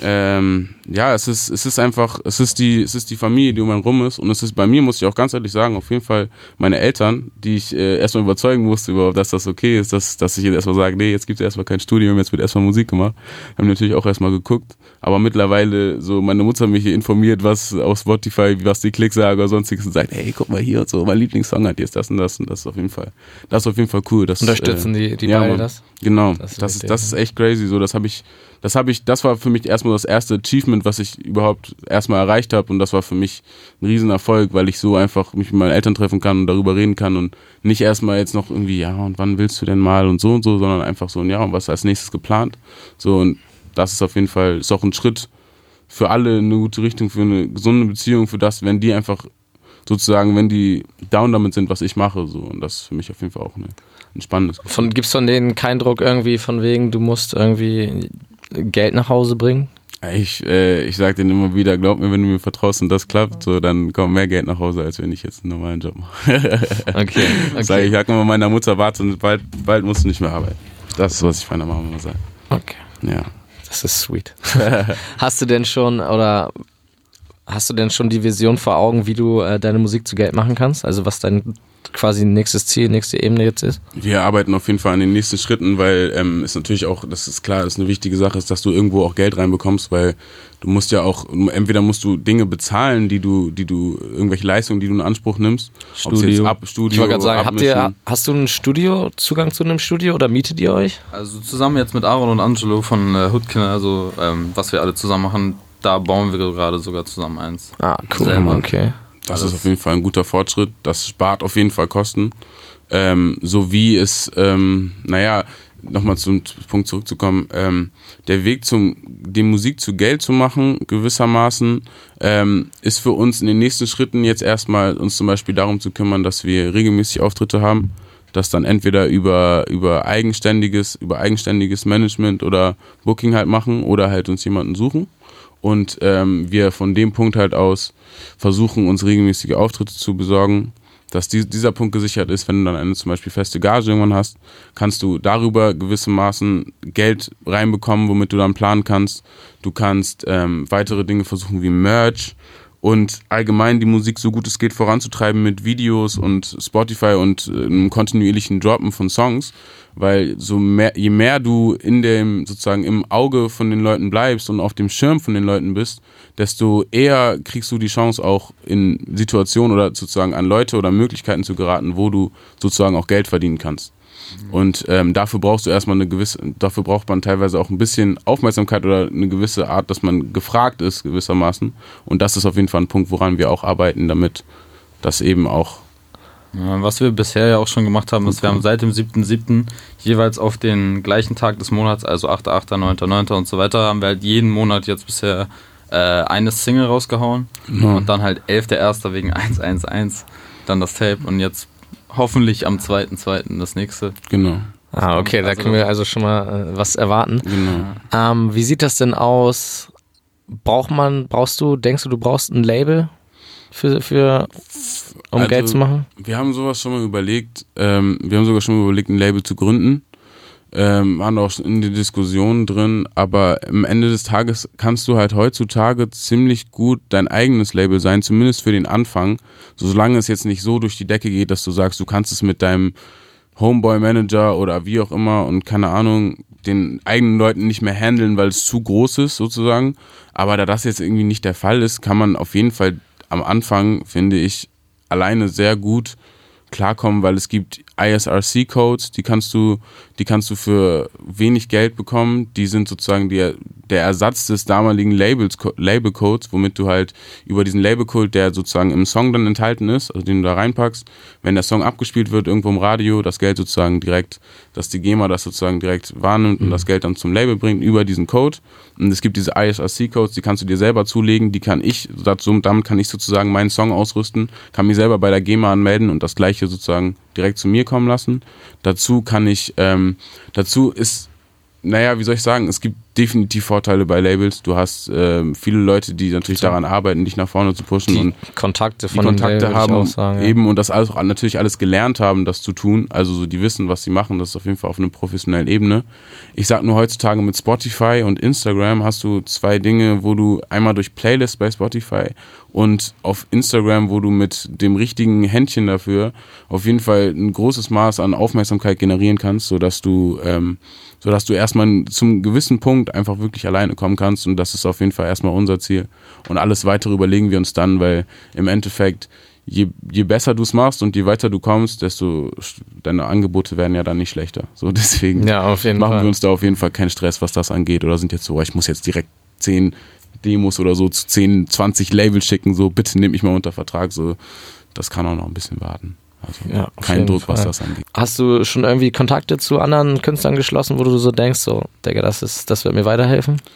Ähm, ja, es ist, es ist einfach, es ist die, es ist die Familie, die um einen rum ist. Und es ist bei mir, muss ich auch ganz ehrlich sagen, auf jeden Fall meine Eltern, die ich äh, erstmal überzeugen musste, überhaupt, dass das okay ist, dass, dass ich jetzt erstmal sage, nee, jetzt gibt es erstmal kein Studium, jetzt wird erstmal Musik gemacht. Haben natürlich auch erstmal geguckt. Aber mittlerweile, so, meine Mutter hat mich informiert, was auf Spotify, was die Klicks sagen oder sonstiges und sagt, hey, guck mal hier und so, mein Lieblingssong hat jetzt das und das und das ist auf jeden Fall, das ist auf jeden Fall cool. Das, Unterstützen äh, die, die ja, beide Mann. das? Genau, Das das ist ist, das, richtig, ist, das ist echt crazy. So, das habe ich, das habe ich, das war für mich erstmal das erste Achievement, was ich überhaupt erstmal erreicht habe und das war für mich ein Riesenerfolg, weil ich so einfach mich mit meinen Eltern treffen kann und darüber reden kann und nicht erstmal jetzt noch irgendwie, ja, und wann willst du denn mal und so und so, sondern einfach so, ja, und was ist als nächstes geplant? So, und das ist auf jeden Fall, ist auch ein Schritt für alle in eine gute Richtung, für eine gesunde Beziehung, für das, wenn die einfach sozusagen, wenn die down damit sind, was ich mache. So. Und das ist für mich auf jeden Fall auch eine, ein spannendes Gefühl. Von, gibt's von denen keinen Druck irgendwie von wegen, du musst irgendwie Geld nach Hause bringen? Ich, äh, ich sag denen immer wieder, glaub mir, wenn du mir vertraust und das klappt, so, dann kommt mehr Geld nach Hause, als wenn ich jetzt einen normalen Job mache. Okay. okay. Sag ich, sag immer meiner Mutter, warte, bald, bald musst du nicht mehr arbeiten. Das ist, was ich meiner Mama immer sage. Okay. Ja. Das ist sweet. Hast du denn schon, oder hast du denn schon die Vision vor Augen, wie du äh, deine Musik zu Geld machen kannst? Also was dein quasi nächstes Ziel, nächste Ebene jetzt ist? Wir arbeiten auf jeden Fall an den nächsten Schritten, weil ähm, es natürlich auch, das ist klar, das ist eine wichtige Sache, ist, dass du irgendwo auch Geld reinbekommst, weil du musst ja auch, entweder musst du Dinge bezahlen, die du, die du, irgendwelche Leistungen, die du in Anspruch nimmst. Studio. Ab, Studio ich wollte gerade sagen, habt ihr, hast du ein Studio, Zugang zu einem Studio oder mietet ihr euch? Also zusammen jetzt mit Aaron und Angelo von äh, Hoodkinder, also ähm, was wir alle zusammen machen, da bauen wir gerade sogar zusammen eins. Ah, cool, Selber. Okay. Das ist auf jeden Fall ein guter Fortschritt. Das spart auf jeden Fall Kosten. Ähm, so wie es, ähm, naja, nochmal zum Punkt zurückzukommen, ähm, der Weg zum, die Musik zu Geld zu machen, gewissermaßen, ähm, ist für uns in den nächsten Schritten jetzt erstmal uns zum Beispiel darum zu kümmern, dass wir regelmäßig Auftritte haben, das dann entweder über, über eigenständiges, über eigenständiges Management oder Booking halt machen oder halt uns jemanden suchen. Und ähm, wir von dem Punkt halt aus versuchen, uns regelmäßige Auftritte zu besorgen, dass die, dieser Punkt gesichert ist. Wenn du dann eine zum Beispiel feste Gage irgendwann hast, kannst du darüber gewissermaßen Geld reinbekommen, womit du dann planen kannst. Du kannst ähm, weitere Dinge versuchen wie Merch und allgemein die Musik so gut es geht voranzutreiben mit Videos und Spotify und äh, einem kontinuierlichen Droppen von Songs, weil so mehr, je mehr du in dem sozusagen im Auge von den Leuten bleibst und auf dem Schirm von den Leuten bist, desto eher kriegst du die Chance auch in Situationen oder sozusagen an Leute oder Möglichkeiten zu geraten, wo du sozusagen auch Geld verdienen kannst. Und ähm, dafür brauchst du erstmal eine gewisse, dafür braucht man teilweise auch ein bisschen Aufmerksamkeit oder eine gewisse Art, dass man gefragt ist gewissermaßen. Und das ist auf jeden Fall ein Punkt, woran wir auch arbeiten, damit das eben auch. Ja, was wir bisher ja auch schon gemacht haben, ist, wir haben seit dem siebten siebten jeweils auf den gleichen Tag des Monats, also achter achter, neunter neunter und so weiter, haben wir halt jeden Monat jetzt bisher äh, eine Single rausgehauen. Ja. Und dann halt elfter erster wegen eins eins eins, dann das Tape und jetzt hoffentlich am zweiten zweiten das nächste. Genau. Ah, okay, da können wir also schon mal äh, was erwarten. Genau. Ähm, wie sieht das denn aus? Braucht man, brauchst du, denkst du, du brauchst ein Label für, für um also, Geld zu machen? Wir haben sowas schon mal überlegt, ähm, wir haben sogar schon mal überlegt, ein Label zu gründen. Ähm, waren auch in die Diskussion drin, aber am Ende des Tages kannst du halt heutzutage ziemlich gut dein eigenes Label sein, zumindest für den Anfang, solange es jetzt nicht so durch die Decke geht, dass du sagst, du kannst es mit deinem Homeboy-Manager oder wie auch immer und keine Ahnung, den eigenen Leuten nicht mehr handeln, weil es zu groß ist sozusagen, aber da das jetzt irgendwie nicht der Fall ist, kann man auf jeden Fall am Anfang, finde ich, alleine sehr gut klarkommen, weil es gibt I S R C-Codes, die kannst du, die kannst du für wenig Geld bekommen. Die sind sozusagen die, der Ersatz des damaligen Labels, Label-Codes, womit du halt über diesen Label-Code, der sozusagen im Song dann enthalten ist, also den du da reinpackst, wenn der Song abgespielt wird irgendwo im Radio, das Geld sozusagen direkt, dass die GEMA das sozusagen direkt wahrnimmt und mhm. das Geld dann zum Label bringt über diesen Code. Und es gibt diese I S R C-Codes, die kannst du dir selber zulegen, die kann ich, dazu, damit kann ich sozusagen meinen Song ausrüsten, kann mich selber bei der GEMA anmelden und das gleiche sozusagen direkt zu mir kommen lassen. Dazu kann ich, ähm, dazu ist, naja, wie soll ich sagen, es gibt definitiv Vorteile bei Labels. Du hast ähm, viele Leute, die natürlich so daran arbeiten, dich nach vorne zu pushen die und Kontakte von die Kontakte Label, haben, ich auch sagen, ja. eben und das alles, natürlich alles gelernt haben, das zu tun. Also so, die wissen, was sie machen. Das ist auf jeden Fall auf einer professionellen Ebene. Ich sag nur heutzutage mit Spotify und Instagram hast du zwei Dinge, wo du einmal durch Playlists bei Spotify und auf Instagram, wo du mit dem richtigen Händchen dafür auf jeden Fall ein großes Maß an Aufmerksamkeit generieren kannst, sodass du ähm, sodass du erstmal zum gewissen Punkt einfach wirklich alleine kommen kannst und das ist auf jeden Fall erstmal unser Ziel und alles weitere überlegen wir uns dann, weil im Endeffekt je, je besser du es machst und je weiter du kommst, desto deine Angebote werden ja dann nicht schlechter. So deswegen ja, auf jeden machen Fall. wir uns da auf jeden Fall keinen Stress, was das angeht oder sind jetzt so, ich muss jetzt direkt zehn Demos oder so zu zehn, zwanzig Labels schicken, so bitte nehmt mich mal unter Vertrag, so das kann auch noch ein bisschen warten. Also ja, kein Druck, Fall. was das angeht. Hast du schon irgendwie Kontakte zu anderen Künstlern geschlossen, wo du so denkst, so, Digga, das ist, das wird mir weiterhelfen?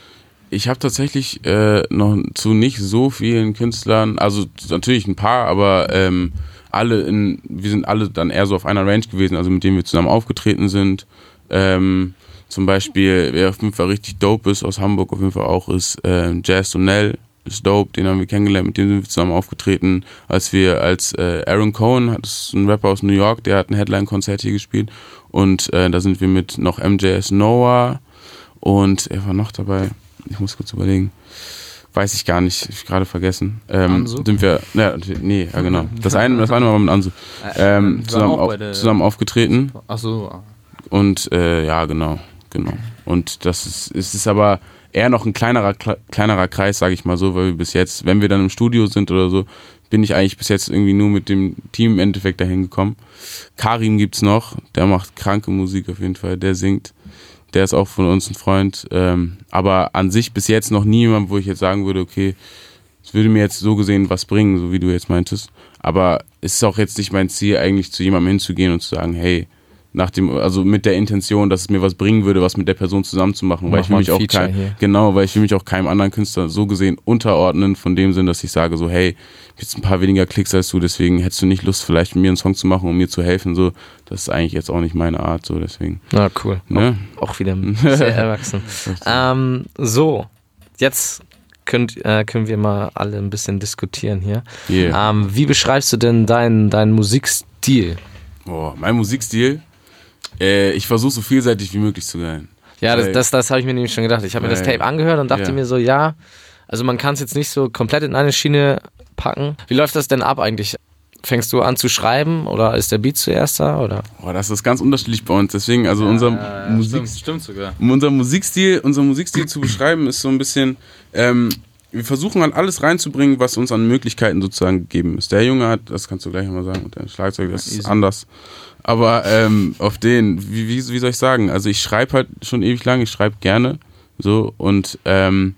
Ich habe tatsächlich äh, noch zu nicht so vielen Künstlern, also natürlich ein paar, aber ähm, alle in, wir sind alle dann eher so auf einer Range gewesen, also mit denen wir zusammen aufgetreten sind. Ähm, zum Beispiel, wer auf jeden Fall richtig dope ist, aus Hamburg auf jeden Fall auch, ist äh, Jazz Donnell, ist dope, den haben wir kennengelernt, mit dem sind wir zusammen aufgetreten, als wir als äh, Aaron Cohen, das ist ein Rapper aus New York, der hat ein Headline-Konzert hier gespielt und äh, da sind wir mit noch M J S Noah und er war noch dabei, ich muss kurz überlegen, weiß ich gar nicht, ich gerade vergessen. Ähm, sind wir, ja, nee, ja genau. Das eine, das eine war mit Ansu. Ähm, zusammen, auf, zusammen aufgetreten. Ach so. Und äh, ja, genau, genau. Und das ist, es ist aber eher noch ein kleinerer, kleinerer Kreis, sage ich mal so, weil wir bis jetzt, wenn wir dann im Studio sind oder so, bin ich eigentlich bis jetzt irgendwie nur mit dem Team im Endeffekt dahin gekommen. Karim gibt's noch, der macht kranke Musik auf jeden Fall, der singt. Der ist auch von uns ein Freund, ähm, aber an sich bis jetzt noch niemand, wo ich jetzt sagen würde, okay, es würde mir jetzt so gesehen was bringen, so wie du jetzt meintest. Aber es ist auch jetzt nicht mein Ziel, eigentlich zu jemandem hinzugehen und zu sagen, hey, nach dem, also mit der Intention, dass es mir was bringen würde, was mit der Person zusammen zu machen, weil ich will mich auch kein, genau, weil ich will mich auch keinem anderen Künstler so gesehen unterordnen, von dem Sinn, dass ich sage so, hey, jetzt ein paar weniger Klicks als du, deswegen hättest du nicht Lust, vielleicht mit mir einen Song zu machen, um mir zu helfen, so, das ist eigentlich jetzt auch nicht meine Art, so, deswegen. Na, cool. Ne? Auch, auch wieder sehr erwachsen. ähm, so, jetzt könnt, äh, können wir mal alle ein bisschen diskutieren hier. Yeah. Ähm, wie beschreibst du denn deinen, deinen Musikstil? Oh, mein Musikstil? Äh, ich versuche so vielseitig wie möglich zu sein. Ja, das, das, das habe ich mir nämlich schon gedacht. Ich habe mir das Tape angehört und dachte ja. mir so, ja, also man kann es jetzt nicht so komplett in eine Schiene packen. Wie läuft das denn ab eigentlich? Fängst du an zu schreiben oder ist der Beat zuerst da? Oder? Oh, das ist ganz unterschiedlich bei uns. Deswegen, also ja, unser, ja, Musik, stimmt, stimmt sogar. Um unser Musikstil, unser Musikstil zu beschreiben, ist so ein bisschen, ähm, wir versuchen halt alles reinzubringen, was uns an Möglichkeiten sozusagen gegeben ist. Der Junge hat, das kannst du gleich mal sagen, und der Schlagzeug, das ist anders. Aber ähm, auf den, wie, wie, wie soll ich sagen, also ich schreibe halt schon ewig lang, ich schreibe gerne, so, und ähm,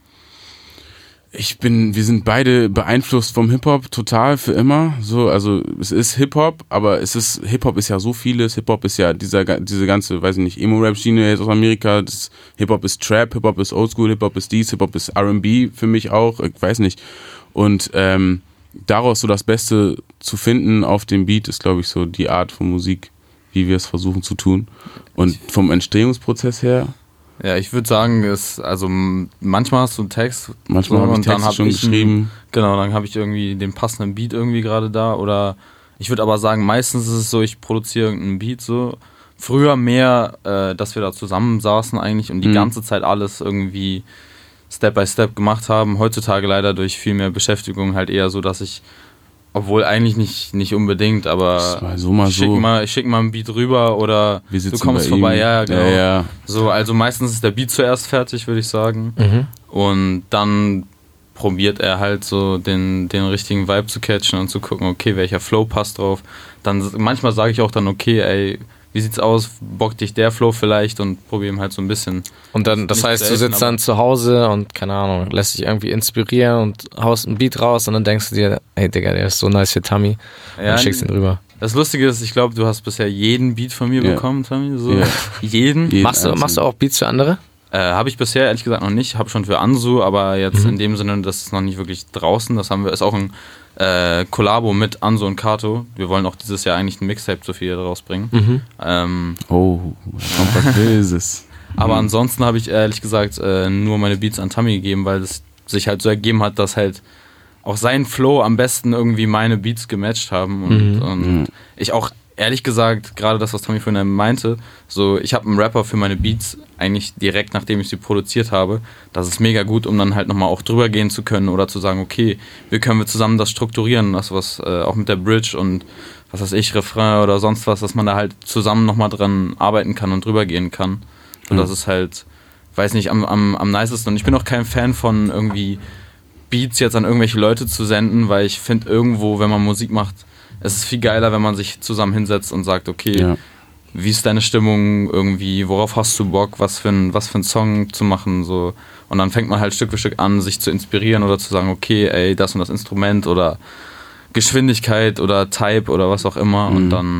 ich bin, wir sind beide beeinflusst vom Hip-Hop total für immer, so, also es ist Hip-Hop, aber es ist, Hip-Hop ist ja so vieles, Hip-Hop ist ja dieser, diese ganze, weiß ich nicht, Emo-Rap-Schiene jetzt aus Amerika, das, Hip-Hop ist Trap, Hip-Hop ist Oldschool, Hip-Hop ist dies, Hip-Hop ist R and B für mich auch, ich weiß nicht, und ähm, daraus so das Beste zu finden auf dem Beat ist, glaube ich, so die Art von Musik, wie wir es versuchen zu tun. Und vom Entstehungsprozess her? Ja, ich würde sagen, ist, also manchmal hast du einen Text. Manchmal so, habe ich Texte schon ich geschrieben. Einen, genau, dann habe ich irgendwie den passenden Beat irgendwie gerade da. Oder ich würde aber sagen, meistens ist es so, ich produziere irgendeinen Beat so. Früher mehr, äh, dass wir da zusammen saßen eigentlich und die mhm. ganze Zeit alles irgendwie Step by Step gemacht haben. Heutzutage leider durch viel mehr Beschäftigung halt eher so, dass ich, obwohl eigentlich nicht, nicht unbedingt, aber so mal ich schicke so. mal, schick mal einen Beat rüber oder du kommst vorbei, ja, genau. Ja, ja. So, also meistens ist der Beat zuerst fertig, würde ich sagen. Mhm. Und dann probiert er halt so den, den richtigen Vibe zu catchen und zu gucken, okay, welcher Flow passt drauf. Dann manchmal sage ich auch dann, okay, ey, wie sieht's aus, bockt dich der Flow vielleicht und probieren halt so ein bisschen. Und dann, das heißt, selten, du sitzt dann zu Hause und, keine Ahnung, lässt dich irgendwie inspirieren und haust einen Beat raus und dann denkst du dir, ey Digga, der ist so nice für Tammy, ja, und schickst ihn rüber. Das Lustige ist, ich glaube, du hast bisher jeden Beat von mir yeah. bekommen, Tammy, so. Yeah. Jeden. jeden machst, du, machst du auch Beats für andere? Äh, habe ich bisher ehrlich gesagt noch nicht, habe schon für Ansu, aber jetzt mhm. in dem Sinne, das ist noch nicht wirklich draußen, das haben wir, ist auch ein Äh, Kollabo mit Anso und Kato. Wir wollen auch dieses Jahr eigentlich ein Mixtape zu viel rausbringen. Mhm. Ähm, oh, was Böses. Aber mhm. ansonsten habe ich ehrlich gesagt äh, nur meine Beats an Tammy gegeben, weil es sich halt so ergeben hat, dass halt auch sein Flow am besten irgendwie meine Beats gematcht haben und, mhm. und mhm. ich auch ehrlich gesagt, gerade das, was Tammy vorhin meinte, so ich habe einen Rapper für meine Beats eigentlich direkt, nachdem ich sie produziert habe. Das ist mega gut, um dann halt nochmal auch drüber gehen zu können oder zu sagen, okay, wie können wir zusammen das strukturieren, das was äh, auch mit der Bridge und was weiß ich, Refrain oder sonst was, dass man da halt zusammen nochmal dran arbeiten kann und drüber gehen kann. Und mhm. das ist halt, weiß nicht, am, am, am nicesten. Und ich bin auch kein Fan von irgendwie Beats jetzt an irgendwelche Leute zu senden, weil ich finde irgendwo, wenn man Musik macht, es ist viel geiler, wenn man sich zusammen hinsetzt und sagt, okay, ja. wie ist deine Stimmung irgendwie, worauf hast du Bock, was für ein, was für ein Song zu machen, so. Und dann fängt man halt Stück für Stück an, sich zu inspirieren oder zu sagen, okay, ey, das und das Instrument oder Geschwindigkeit oder Type oder was auch immer. Mhm. Und dann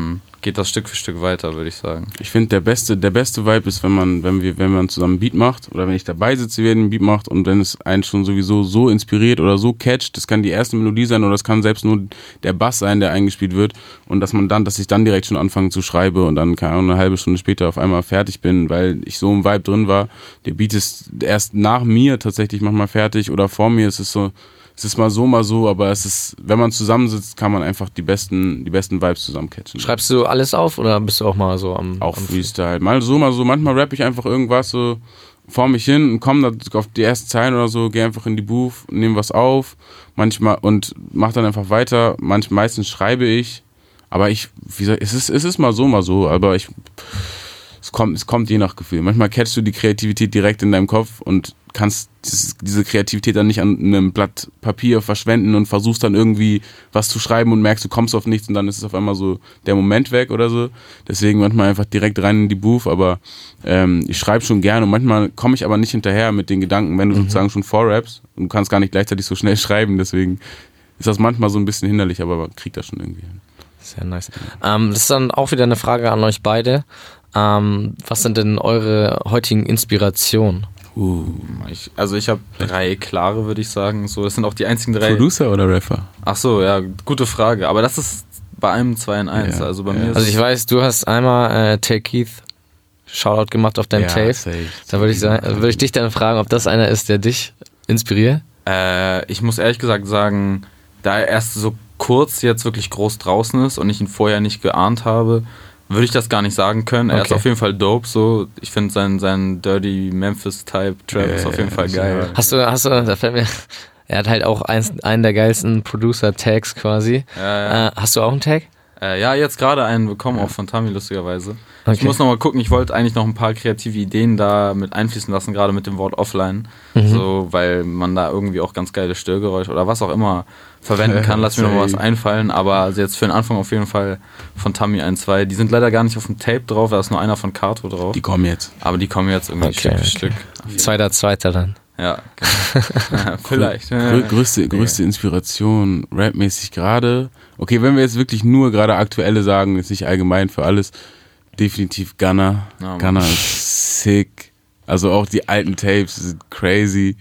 geht das Stück für Stück weiter, würde ich sagen. Ich finde, der beste, der beste Vibe ist, wenn man, wenn wir, wenn man zusammen einen Beat macht oder wenn ich dabei sitze, wie er einen Beat macht und wenn es einen schon sowieso so inspiriert oder so catcht, das kann die erste Melodie sein oder das kann selbst nur der Bass sein, der eingespielt wird und dass man dann, dass ich dann direkt schon anfange zu schreiben und dann, keine Ahnung, eine halbe Stunde später auf einmal fertig bin, weil ich so im Vibe drin war. Der Beat ist erst nach mir tatsächlich manchmal fertig oder vor mir. Es ist so, es ist mal so, mal so, aber es ist, wenn man zusammensitzt, kann man einfach die besten, die besten Vibes zusammen catchen. Schreibst du alles auf oder bist du auch mal so am... Auch am Freestyle. Mal so, mal so. Manchmal rappe ich einfach irgendwas so vor mich hin und komme auf die ersten Zeilen oder so, gehe einfach in die Booth, nehme was auf, manchmal und mach dann einfach weiter. Manch, meistens schreibe ich, aber ich, wie soll, es ist, es ist mal so, mal so, aber ich, es kommt, es kommt je nach Gefühl. Manchmal catchst du die Kreativität direkt in deinem Kopf und kannst dieses, diese Kreativität dann nicht an einem Blatt Papier verschwenden und versuchst dann irgendwie was zu schreiben und merkst, du kommst auf nichts und dann ist es auf einmal so der Moment weg oder so. Deswegen manchmal einfach direkt rein in die Booth, aber ähm, ich schreibe schon gerne und manchmal komme ich aber nicht hinterher mit den Gedanken, wenn du mhm. sozusagen schon vorrappst und du kannst gar nicht gleichzeitig so schnell schreiben, deswegen ist das manchmal so ein bisschen hinderlich, aber man kriegt das schon irgendwie hin. Sehr nice. Ähm, das ist dann auch wieder eine Frage an euch beide. Ähm, was sind denn eure heutigen Inspirationen? Uh, ich, also ich habe drei klare, würde ich sagen. So, das sind auch die einzigen drei. Producer oder Rapper? Ach so, ja, gute Frage. Aber das ist bei einem zwei in eins. Ja, also bei ja. mir ist Also ich weiß, du hast einmal äh, Take Keith Shoutout gemacht auf deinem ja, Tape. Safe. Da würde ich, würd ich dich dann fragen, ob das einer ist, der dich inspiriert? Äh, ich muss ehrlich gesagt sagen, da er erst so kurz jetzt wirklich groß draußen ist und ich ihn vorher nicht geahnt habe, würde ich das gar nicht sagen können. Er okay. ist auf jeden Fall dope. So. Ich finde sein, sein Dirty Memphis-Type-Trap yeah, ist auf jeden Fall geil. Hast du, hast du, da fällt mir, er hat halt auch eins, einen der geilsten Producer-Tags quasi. Ja, ja. Äh, hast du auch einen Tag? Äh, ja, jetzt gerade einen bekommen, auch von Tami lustigerweise. Okay. Ich muss nochmal gucken, ich wollte eigentlich noch ein paar kreative Ideen da mit einfließen lassen, gerade mit dem Wort Offline. Mhm. So, weil man da irgendwie auch ganz geile Störgeräusche oder was auch immer verwenden kann. Lass mir noch mal was einfallen, aber also jetzt für den Anfang auf jeden Fall von Tami ein, zwei. Die sind leider gar nicht auf dem Tape drauf, da ist nur einer von Kato drauf. Die kommen jetzt. Aber die kommen jetzt irgendwie okay, Stück für okay. Stück. Zweiter, zweiter dann. Ja, genau. Vielleicht. Grö größte, größte Inspiration, rapmäßig gerade. Okay, wenn wir jetzt wirklich nur gerade aktuelle sagen, jetzt nicht allgemein für alles, definitiv Gunna. Oh, Gunna ist sick. Also auch die alten Tapes sind crazy.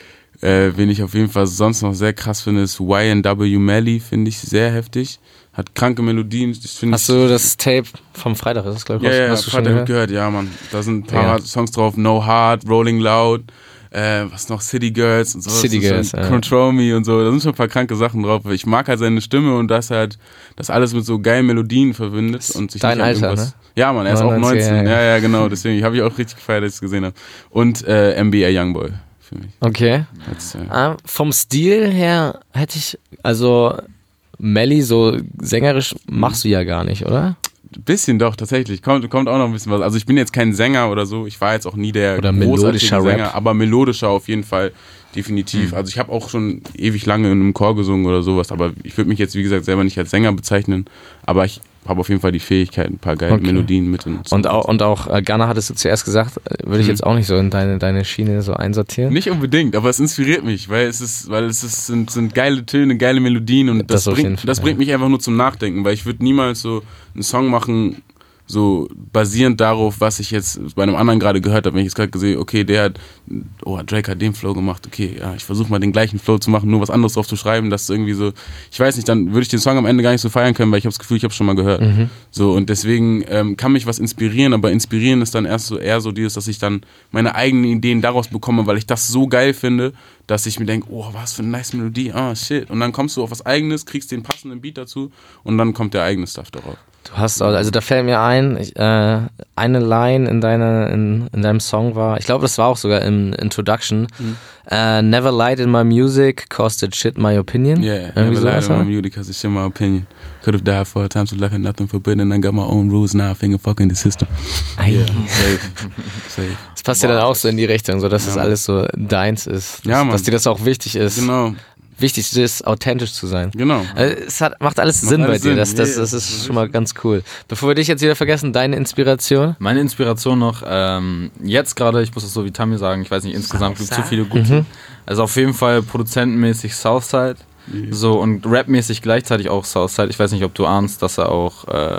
Äh, wen ich auf jeden Fall sonst noch sehr krass finde, ist Y N W Melly, finde ich sehr heftig. Hat kranke Melodien. Das Hast du das Tape vom Freitag, ist das glaube ich? Ja, ja, hast ja, du schon gehört? gehört, ja, Mann. Da sind ein paar ja. Songs drauf, No Heart, Rolling Loud, äh, was noch, City Girls und so. City Girls, ja. Control Me und so, da sind schon ein paar kranke Sachen drauf. Ich mag halt seine Stimme und dass er halt das alles mit so geilen Melodien verbindet. Und sich Dein nicht Alter, irgendwas, ne? Ja, Mann, er ist auch neunzehn. Ja, ja, ja genau. Deswegen habe ich auch richtig gefeiert, dass ich es gesehen habe. Und äh, N B A Youngboy. Für mich. Okay. Jetzt, äh, ah, vom Stil her hätte ich, also Melly, so sängerisch machst du ja gar nicht, oder? Bisschen doch, tatsächlich. Kommt, kommt auch noch ein bisschen was. Also ich bin jetzt kein Sänger oder so. Ich war jetzt auch nie der oder großartige Sänger, Rap. aber melodischer auf jeden Fall. Definitiv. Mhm. Also ich habe auch schon ewig lange in einem Chor gesungen oder sowas, aber ich würde mich jetzt, wie gesagt, selber nicht als Sänger bezeichnen, aber ich habe auf jeden Fall die Fähigkeit, ein paar geile okay. Melodien mit. In und auch, und auch äh, Gunna hattest du zuerst gesagt, würde ich mhm. jetzt auch nicht so in deine, deine Schiene so einsortieren. Nicht unbedingt, aber es inspiriert mich, weil es ist, weil es ist, sind, sind geile Töne, geile Melodien und das, das, bringt, Fall, das bringt mich einfach nur zum Nachdenken, weil ich würde niemals so einen Song machen, so basierend darauf, was ich jetzt bei einem anderen gerade gehört habe, wenn ich jetzt gerade gesehen, okay, der hat, oh, Drake hat den Flow gemacht, okay, ja, ich versuche mal den gleichen Flow zu machen, nur was anderes drauf zu schreiben, das ist irgendwie so, ich weiß nicht, dann würde ich den Song am Ende gar nicht so feiern können, weil ich habe das Gefühl, ich habe es schon mal gehört. Mhm. So, und deswegen ähm, kann mich was inspirieren, aber inspirieren ist dann erst so eher so dieses, dass ich dann meine eigenen Ideen daraus bekomme, weil ich das so geil finde, dass ich mir denke, oh, was für eine nice Melodie, ah, shit. Und dann kommst du auf was Eigenes, kriegst den passenden Beat dazu und dann kommt der eigene Stuff darauf. Du hast, also da fällt mir ein, ich, äh, eine Line in, deine, in, in deinem Song war, ich glaube, das war auch sogar im Introduction, mhm. uh, never lied in my music, caused shit my opinion. Yeah, never lied in my music, caused shit my opinion. Could have died four times with luck and nothing forbidden, I got my own rules, now I finger fucking the system. Yeah, safe. safe. Das passt ja dann auch so in die Richtung, so dass ja, das alles so deins ist, dass, ja, dass dir das auch wichtig ist. Genau. Wichtig ist, authentisch zu sein. Genau. Es hat, macht alles macht Sinn alles bei dir. Das, das, das ist schon mal ganz cool. Bevor wir dich jetzt wieder vergessen, deine Inspiration? Meine Inspiration noch, ähm, jetzt gerade, ich muss das so wie Tammy sagen, ich weiß nicht, insgesamt gibt es zu viele gute. Mhm. Also auf jeden Fall produzentenmäßig Southside. Mhm. So und rapmäßig gleichzeitig auch Southside. Ich weiß nicht, ob du ahnst, dass er auch äh,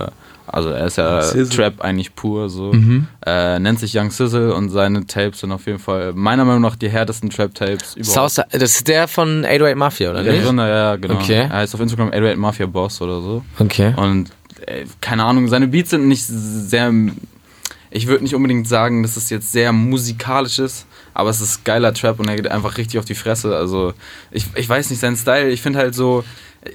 Also er ist ja Sizzle. Trap eigentlich pur, so. Mhm. Äh, nennt sich Young Sizzle und seine Tapes sind auf jeden Fall meiner Meinung nach die härtesten Trap-Tapes überhaupt. Southside, das ist der von acht null acht Mafia, oder Der nicht? Gründer, ja, genau. Okay. Er heißt auf Instagram acht null acht Mafia Boss oder so. Okay. Und äh, keine Ahnung, seine Beats sind nicht sehr, ich würde nicht unbedingt sagen, dass es jetzt sehr musikalisch ist, aber es ist geiler Trap und er geht einfach richtig auf die Fresse. Also ich, ich weiß nicht, sein Style, ich finde halt so, äh,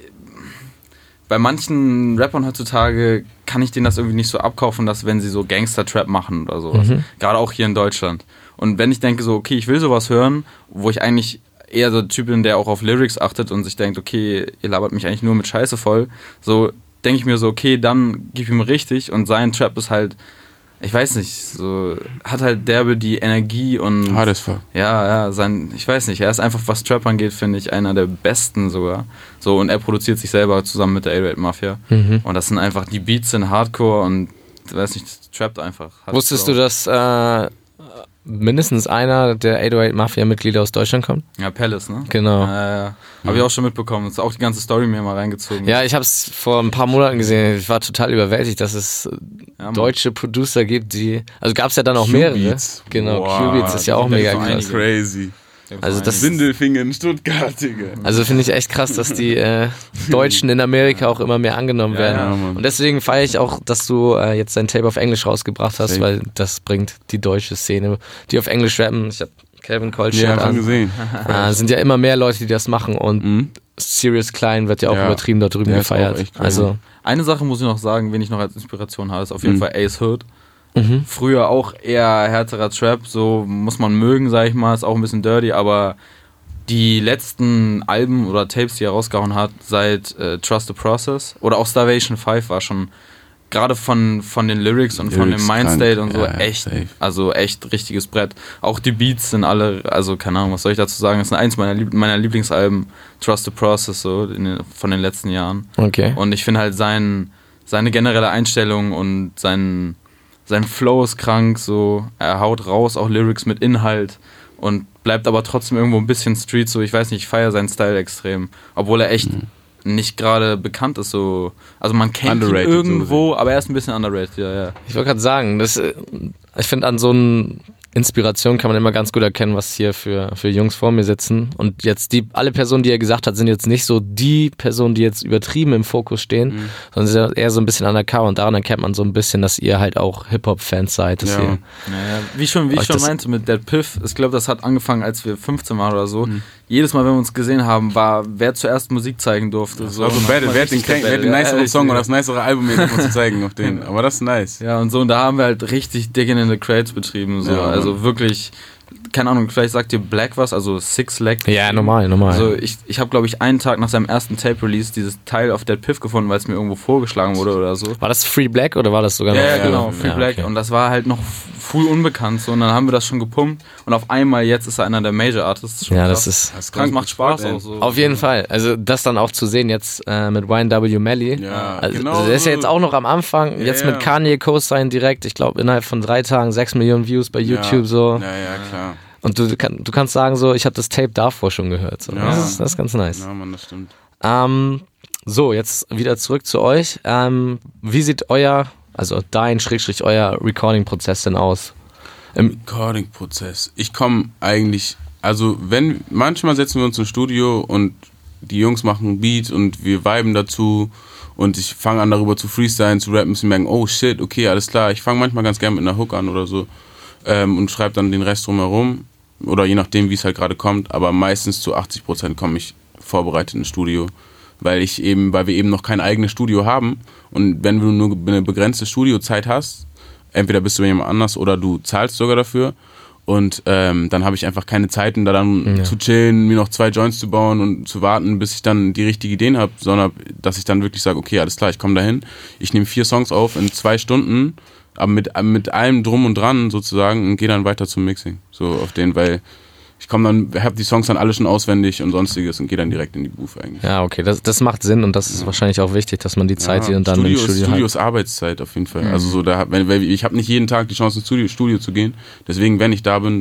bei manchen Rappern heutzutage kann ich denen das irgendwie nicht so abkaufen, dass wenn sie so Gangster-Trap machen oder sowas. Mhm. Gerade auch hier in Deutschland. Und wenn ich denke so, okay, ich will sowas hören, wo ich eigentlich eher so ein Typ bin, der auch auf Lyrics achtet und sich denkt, okay, ihr labert mich eigentlich nur mit Scheiße voll, so denke ich mir so, okay, dann gib ihm richtig und sein Trap ist halt, ich weiß nicht, so hat halt derbe die Energie und Hard as fuck. ja, ja, sein, ich weiß nicht, er ist einfach, was Trap angeht, finde ich, einer der besten sogar. So, und er produziert sich selber zusammen mit der acht null acht Mafia. Mhm. Und das sind einfach, die Beats sind Hardcore und, ich weiß nicht, trappt einfach. Hat Wusstest so. du, dass äh, mindestens einer der acht null acht Mafia-Mitglieder aus Deutschland kommt? Ja, Palace, ne? Genau. Ja, ja, ja. Habe ich auch schon mitbekommen. Das ist auch die ganze Story mir mal reingezogen. Ja, ich habe es vor ein paar Monaten gesehen. Ich war total überwältigt, dass es Ja, Mann. deutsche Producer gibt, die... Also gab es ja dann auch mehrere. Q-Beats. Genau, Boah, Q-Beats ist ja auch die sind mega so krass. einige. Crazy. Also das- Sindelfingen in Stuttgart, Digga. Also finde ich echt krass, dass die äh, Deutschen in Amerika auch immer mehr angenommen Ja, werden. ja, Mann. Und deswegen feiere ich auch, dass du äh, jetzt dein Tape auf Englisch rausgebracht hast, Safe. weil das bringt die deutsche Szene, die auf Englisch rappen. Ich habe Calvin Kolschat Ja, schon an. gesehen. Äh, sind ja immer mehr Leute, die das machen und Mhm. Serious Klein wird ja auch Ja. übertrieben da drüben Der ist auch gefeiert. echt crazy. Also Eine Sache muss ich noch sagen, wen ich noch als Inspiration habe, ist auf jeden Mhm. Fall Ace Hood. mhm. Früher auch eher härterer Trap, so muss man mögen, sag ich mal, ist auch ein bisschen dirty, aber die letzten Alben oder Tapes, die er rausgehauen hat, seit äh, Trust the Process oder auch Starvation five war schon gerade von, von den Lyrics und von dem Lyrics Mindstate krank. und so Ja, ja, echt, safe. also echt richtiges Brett. Auch die Beats sind alle, also keine Ahnung, was soll ich dazu sagen, das ist eins meiner, Lieb- meiner Lieblingsalben, Trust the Process, so in den, von den letzten Jahren. Okay. Und ich finde halt sein, seine generelle Einstellung und sein, sein Flow ist krank, so er haut raus, auch Lyrics mit Inhalt und bleibt aber trotzdem irgendwo ein bisschen Street, so ich weiß nicht, ich feiere seinen Style extrem, obwohl er echt Mhm. nicht gerade bekannt ist, so, also man kennt ihn Underrated, irgendwo, aber er ist ein bisschen underrated, ja, ja. Ich wollte gerade sagen, das, äh, ich finde, an so einer Inspiration kann man immer ganz gut erkennen, was hier für, für Jungs vor mir sitzen. Und jetzt die, alle Personen, die er gesagt hat, sind jetzt nicht so die Personen, die jetzt übertrieben im Fokus stehen, Mhm. sondern sind eher so ein bisschen undercover. Und daran erkennt man so ein bisschen, dass ihr halt auch Hip-Hop-Fans seid. Dass Ja. ihr, Naja, wie schon, wie ich Euch schon das- meinte mit Dead Piff, ich glaube, das hat angefangen, als wir fünfzehn waren oder so. Mhm. Jedes Mal, wenn wir uns gesehen haben, war, wer zuerst Musik zeigen durfte. So, Also Und Battle, man wer hat den, richtig wer hat den gebettelt. niceren Ja, Song oder ja. das nicere Album mir davon zu zeigen auf den. Aber das ist nice. Ja, und so, und da haben wir halt richtig Digging in the Crates betrieben. So. Ja, Mann. Also wirklich, keine Ahnung, vielleicht sagt dir Black was, also Six Leg. ja, normal, normal. Also ich, ich habe, glaube ich, einen Tag nach seinem ersten Tape-Release dieses Teil auf Dead Piff gefunden, weil es mir irgendwo vorgeschlagen wurde oder so. War das Free Black oder war das sogar Ja, noch? ja, genau, Free Ja, Black. okay. Und das war halt noch full unbekannt. So. Und dann haben wir das schon gepumpt. Und auf einmal jetzt ist er einer der Major Artists. Schon Ja, krass. das ist Das ist Und das macht Spaß auch so. auf jeden Fall. Also das dann auch zu sehen jetzt äh, mit Y N W Melly. Ja, Also, genau also der ist ja so. jetzt auch noch am Anfang. Ja, jetzt ja. mit Kanye Co-Sign direkt. Ich glaube innerhalb von drei Tagen sechs Millionen Views bei YouTube ja. so. Ja, ja, klar. Und du, kann, du kannst sagen so, ich habe das Tape davor schon gehört. So. Ja. Das, ist, das ist ganz nice. Ja, Mann, das stimmt. Ähm, so, jetzt wieder zurück zu euch. Ähm, wie sieht euer, also dein, Schrägstrich, euer Recording-Prozess denn aus? Im, Recording-Prozess. Ich komme eigentlich, also wenn, manchmal setzen wir uns ins Studio und die Jungs machen ein Beat und wir viben dazu und ich fange an darüber zu freestylen, zu rappen, sie merken, oh shit, okay, alles klar. Ich fange manchmal ganz gerne mit einer Hook an oder so ähm, und schreibe dann den Rest drumherum oder je nachdem, wie es halt gerade kommt, aber meistens zu achtzig Prozent komme ich vorbereitet ins Studio, weil ich eben, weil wir eben noch kein eigenes Studio haben und wenn du nur eine begrenzte Studiozeit hast, entweder bist du bei jemand anders oder du zahlst sogar dafür und ähm, dann habe ich einfach keine Zeit, da dann Ja. zu chillen, mir noch zwei Joints zu bauen und zu warten, bis ich dann die richtigen Ideen habe, sondern dass ich dann wirklich sage, okay, alles klar, ich komme dahin, ich nehme vier Songs auf in zwei Stunden, aber mit, mit allem drum und dran sozusagen und gehe dann weiter zum Mixing, so auf den, weil ich komme dann, habe die Songs dann alle schon auswendig und sonstiges und gehe dann direkt in die Booth eigentlich. ja, okay, das, das macht Sinn und das ist wahrscheinlich auch wichtig, dass man die Zeit sieht und dann Studio im Studio ist, Studio hat. ist Arbeitszeit auf jeden Fall. Mhm. Also so da, wenn, weil ich habe nicht jeden Tag die Chance ins Studio, Studio zu gehen. Deswegen, wenn ich da bin,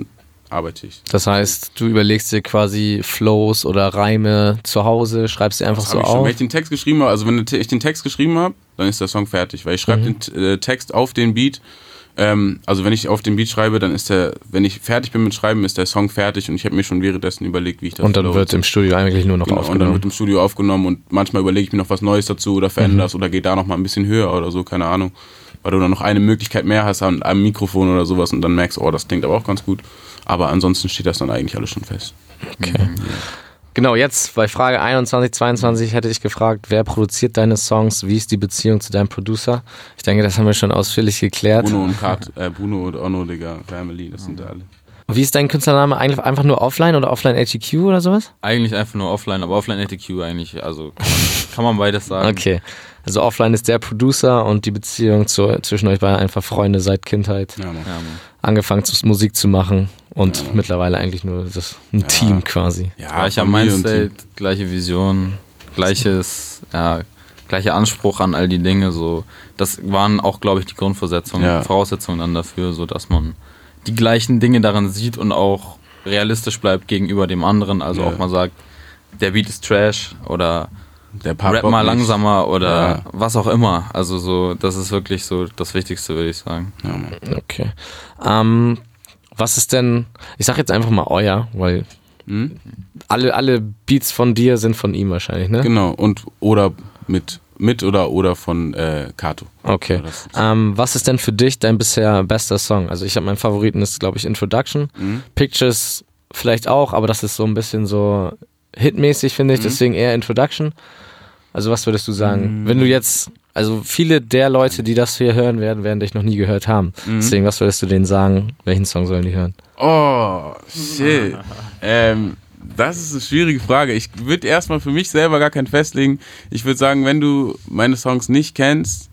arbeite ich. Das heißt, du überlegst dir quasi Flows oder Reime zu Hause, schreibst sie einfach das so ich auf? Schon. Wenn ich den Text geschrieben habe, also wenn ich den Text geschrieben habe, dann ist der Song fertig, weil ich schreibe mhm. den äh, Text auf den Beat. Ähm, also wenn ich auf den Beat schreibe, dann ist der, wenn ich fertig bin mit Schreiben, ist der Song fertig und ich habe mir schon währenddessen überlegt, wie ich das Und dann flow. Wird im Studio eigentlich nur noch genau, aufgenommen. Und dann wird im Studio aufgenommen und manchmal überlege ich mir noch was Neues dazu oder verändere das mhm. oder gehe da noch mal ein bisschen höher oder so, keine Ahnung. Weil du dann noch eine Möglichkeit mehr hast an einem Mikrofon oder sowas und dann merkst, oh, das klingt aber auch ganz gut. Aber ansonsten steht das dann eigentlich alles schon fest. Okay. Mhm. Genau, jetzt bei Frage einundzwanzig, zweiundzwanzig hätte ich gefragt, wer produziert deine Songs, wie ist die Beziehung zu deinem Producer? Ich denke, das haben wir schon ausführlich geklärt. Bruno und Kat, äh, Bruno und Onno, Digga, Family, das sind da alle. Wie ist dein Künstlername eigentlich einfach nur offline oder offline A T Q oder sowas? Eigentlich einfach nur offline, aber offline A T Q eigentlich, also kann man, kann man beides sagen. Okay, also offline ist der Producer und die Beziehung zu, zwischen euch beiden einfach Freunde seit Kindheit. Ja, Mann. Ja, Mann. Angefangen zu Musik zu machen und ja, mittlerweile eigentlich nur das, ein ja. Team quasi. Ja, gleicher Mindstate, gleiche Vision, gleiches, ja, gleicher Anspruch an all die Dinge. So. Das waren auch, glaube ich, die Grundvoraussetzungen ja. Voraussetzungen dann dafür, so dass man die gleichen Dinge daran sieht und auch realistisch bleibt gegenüber dem anderen. Also ja. auch mal sagt, der Beat ist Trash oder der Part rap mal langsamer oder ja. was auch immer. Also so, das ist wirklich so das Wichtigste, würde ich sagen. Ja, okay. Ähm, was ist denn, ich sag jetzt einfach mal euer, weil hm? alle, alle Beats von dir sind von ihm wahrscheinlich, ne? Genau, und oder mit mit oder oder von äh, Kato. Okay. Ähm, was ist denn für dich dein bisher bester Song? Also ich habe meinen Favoriten, ist glaube ich Introduction. Mhm. Pictures vielleicht auch, aber das ist so ein bisschen so hitmäßig, finde ich, mhm. deswegen eher Introduction. Also was würdest du sagen? Mhm. Wenn du jetzt, also viele der Leute, die das hier hören werden, werden dich noch nie gehört haben. Mhm. Deswegen, was würdest du denen sagen? Welchen Song sollen die hören? Oh, shit. ähm, das ist eine schwierige Frage. Ich würde erstmal für mich selber gar keinen festlegen. Ich würde sagen, wenn du meine Songs nicht kennst,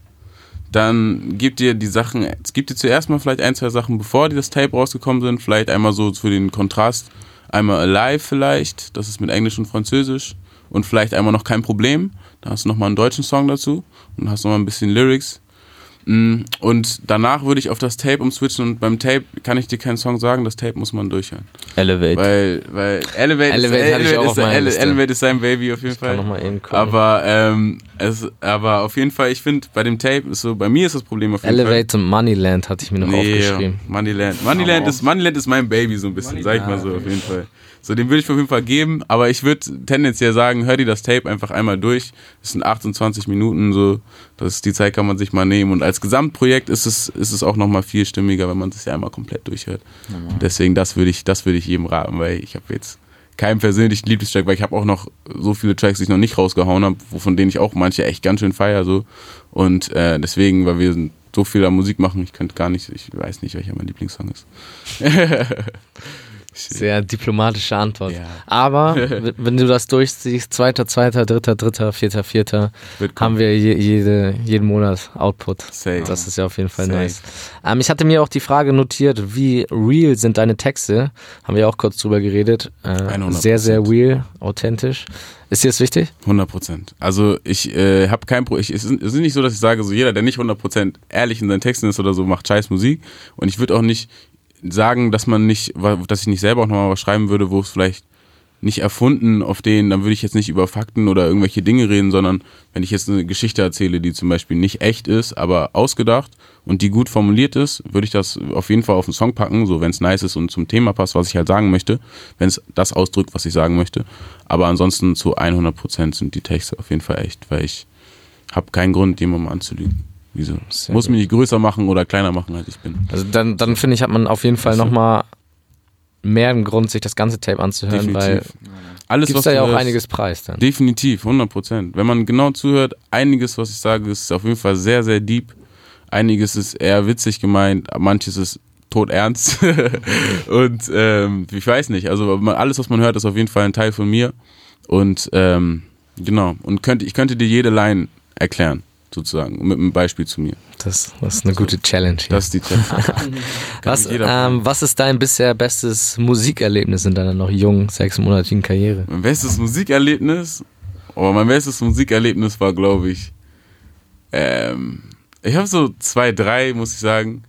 dann gib dir die Sachen, es gibt dir zuerst mal vielleicht ein, zwei Sachen, bevor die das Tape rausgekommen sind. Vielleicht einmal so für den Kontrast. Einmal Alive vielleicht, das ist mit Englisch und Französisch. Und vielleicht einmal noch Kein Problem. Da hast du nochmal einen deutschen Song dazu und hast nochmal ein bisschen Lyrics. Und danach würde ich auf das Tape umswitchen und beim Tape kann ich dir keinen Song sagen, das Tape muss man durchhören. Elevate. Weil, weil Elevate, Elevate, ist, hatte ich auch ist, auf meiner Liste. Elevate ist sein Baby auf jeden ich Fall. Kann noch mal eben gucken. Aber, ähm, es, aber auf jeden Fall, ich finde, bei dem Tape ist so, bei mir ist das Problem auf jeden Elevate Fall. und Moneyland hatte ich mir noch nee, aufgeschrieben. Moneyland. Moneyland ist, Moneyland ist mein Baby so ein bisschen, sag ich mal so auf jeden Fall. So, den würde ich auf jeden Fall geben, aber ich würde tendenziell sagen, hör dir das Tape einfach einmal durch. Das sind achtundzwanzig Minuten, so. Das ist, die Zeit kann man sich mal nehmen. Und als Gesamtprojekt ist es, ist es auch nochmal viel stimmiger, wenn man es ja einmal komplett durchhört. Mhm. Deswegen, das würde ich, das würde ich jedem raten, weil ich habe jetzt keinen persönlichen Lieblingstrack, weil ich habe auch noch so viele Tracks, die ich noch nicht rausgehauen habe, von denen ich auch manche echt ganz schön feier, so. Und äh, deswegen, weil wir so viel an Musik machen, ich könnte gar nicht, ich weiß nicht, welcher mein Lieblingssong ist. Sehr diplomatische Antwort. Ja. Aber wenn du das durchziehst, zweiter, zweiter, dritter, dritter, vierter, vierter, haben wir je, jede, jeden Monat Output. Safe. Das ist ja auf jeden Fall Safe. nice. Ähm, ich hatte mir auch die Frage notiert, wie real sind deine Texte? Haben wir auch kurz drüber geredet. Äh, sehr, sehr real, authentisch. Ist dir das wichtig? hundert Prozent. Also ich äh, habe kein Problem. Es ist nicht so, dass ich sage, so jeder, der nicht hundert Prozent ehrlich in seinen Texten ist oder so, macht scheiß Musik. Und ich würde auch nicht sagen, dass man nicht, dass ich nicht selber auch nochmal was schreiben würde, wo es vielleicht nicht erfunden auf denen, dann würde ich jetzt nicht über Fakten oder irgendwelche Dinge reden, sondern wenn ich jetzt eine Geschichte erzähle, die zum Beispiel nicht echt ist, aber ausgedacht und die gut formuliert ist, würde ich das auf jeden Fall auf den Song packen, so wenn es nice ist und zum Thema passt, was ich halt sagen möchte, wenn es das ausdrückt, was ich sagen möchte. Aber ansonsten zu hundert Prozent sind die Texte auf jeden Fall echt, weil ich habe keinen Grund, jemandem anzulügen. Wieso? Sehr Muss gut. mich nicht größer machen oder kleiner machen, als ich bin. Also dann, dann finde ich, hat man auf jeden Fall nochmal mehr einen Grund, sich das ganze Tape anzuhören, definitiv. Weil alles, gibt's was da ja auch hörst, einiges Preis dann. Definitiv, hundert Prozent. Wenn man genau zuhört, einiges, was ich sage, ist auf jeden Fall sehr, sehr deep. Einiges ist eher witzig gemeint, manches ist todernst. Und ähm, ich weiß nicht, also alles, was man hört, ist auf jeden Fall ein Teil von mir. Und ähm, genau, und könnte, ich könnte dir jede Line erklären. Sozusagen, mit einem Beispiel zu mir. Das, das ist eine gute Challenge. Hier. Das ist die Challenge. was, ähm, was ist dein bisher bestes Musikerlebnis in deiner noch jungen, sechsmonatigen Karriere? Mein bestes Musikerlebnis? Oh, mein bestes Musikerlebnis war, glaube ich, ähm, ich habe so zwei, drei, muss ich sagen.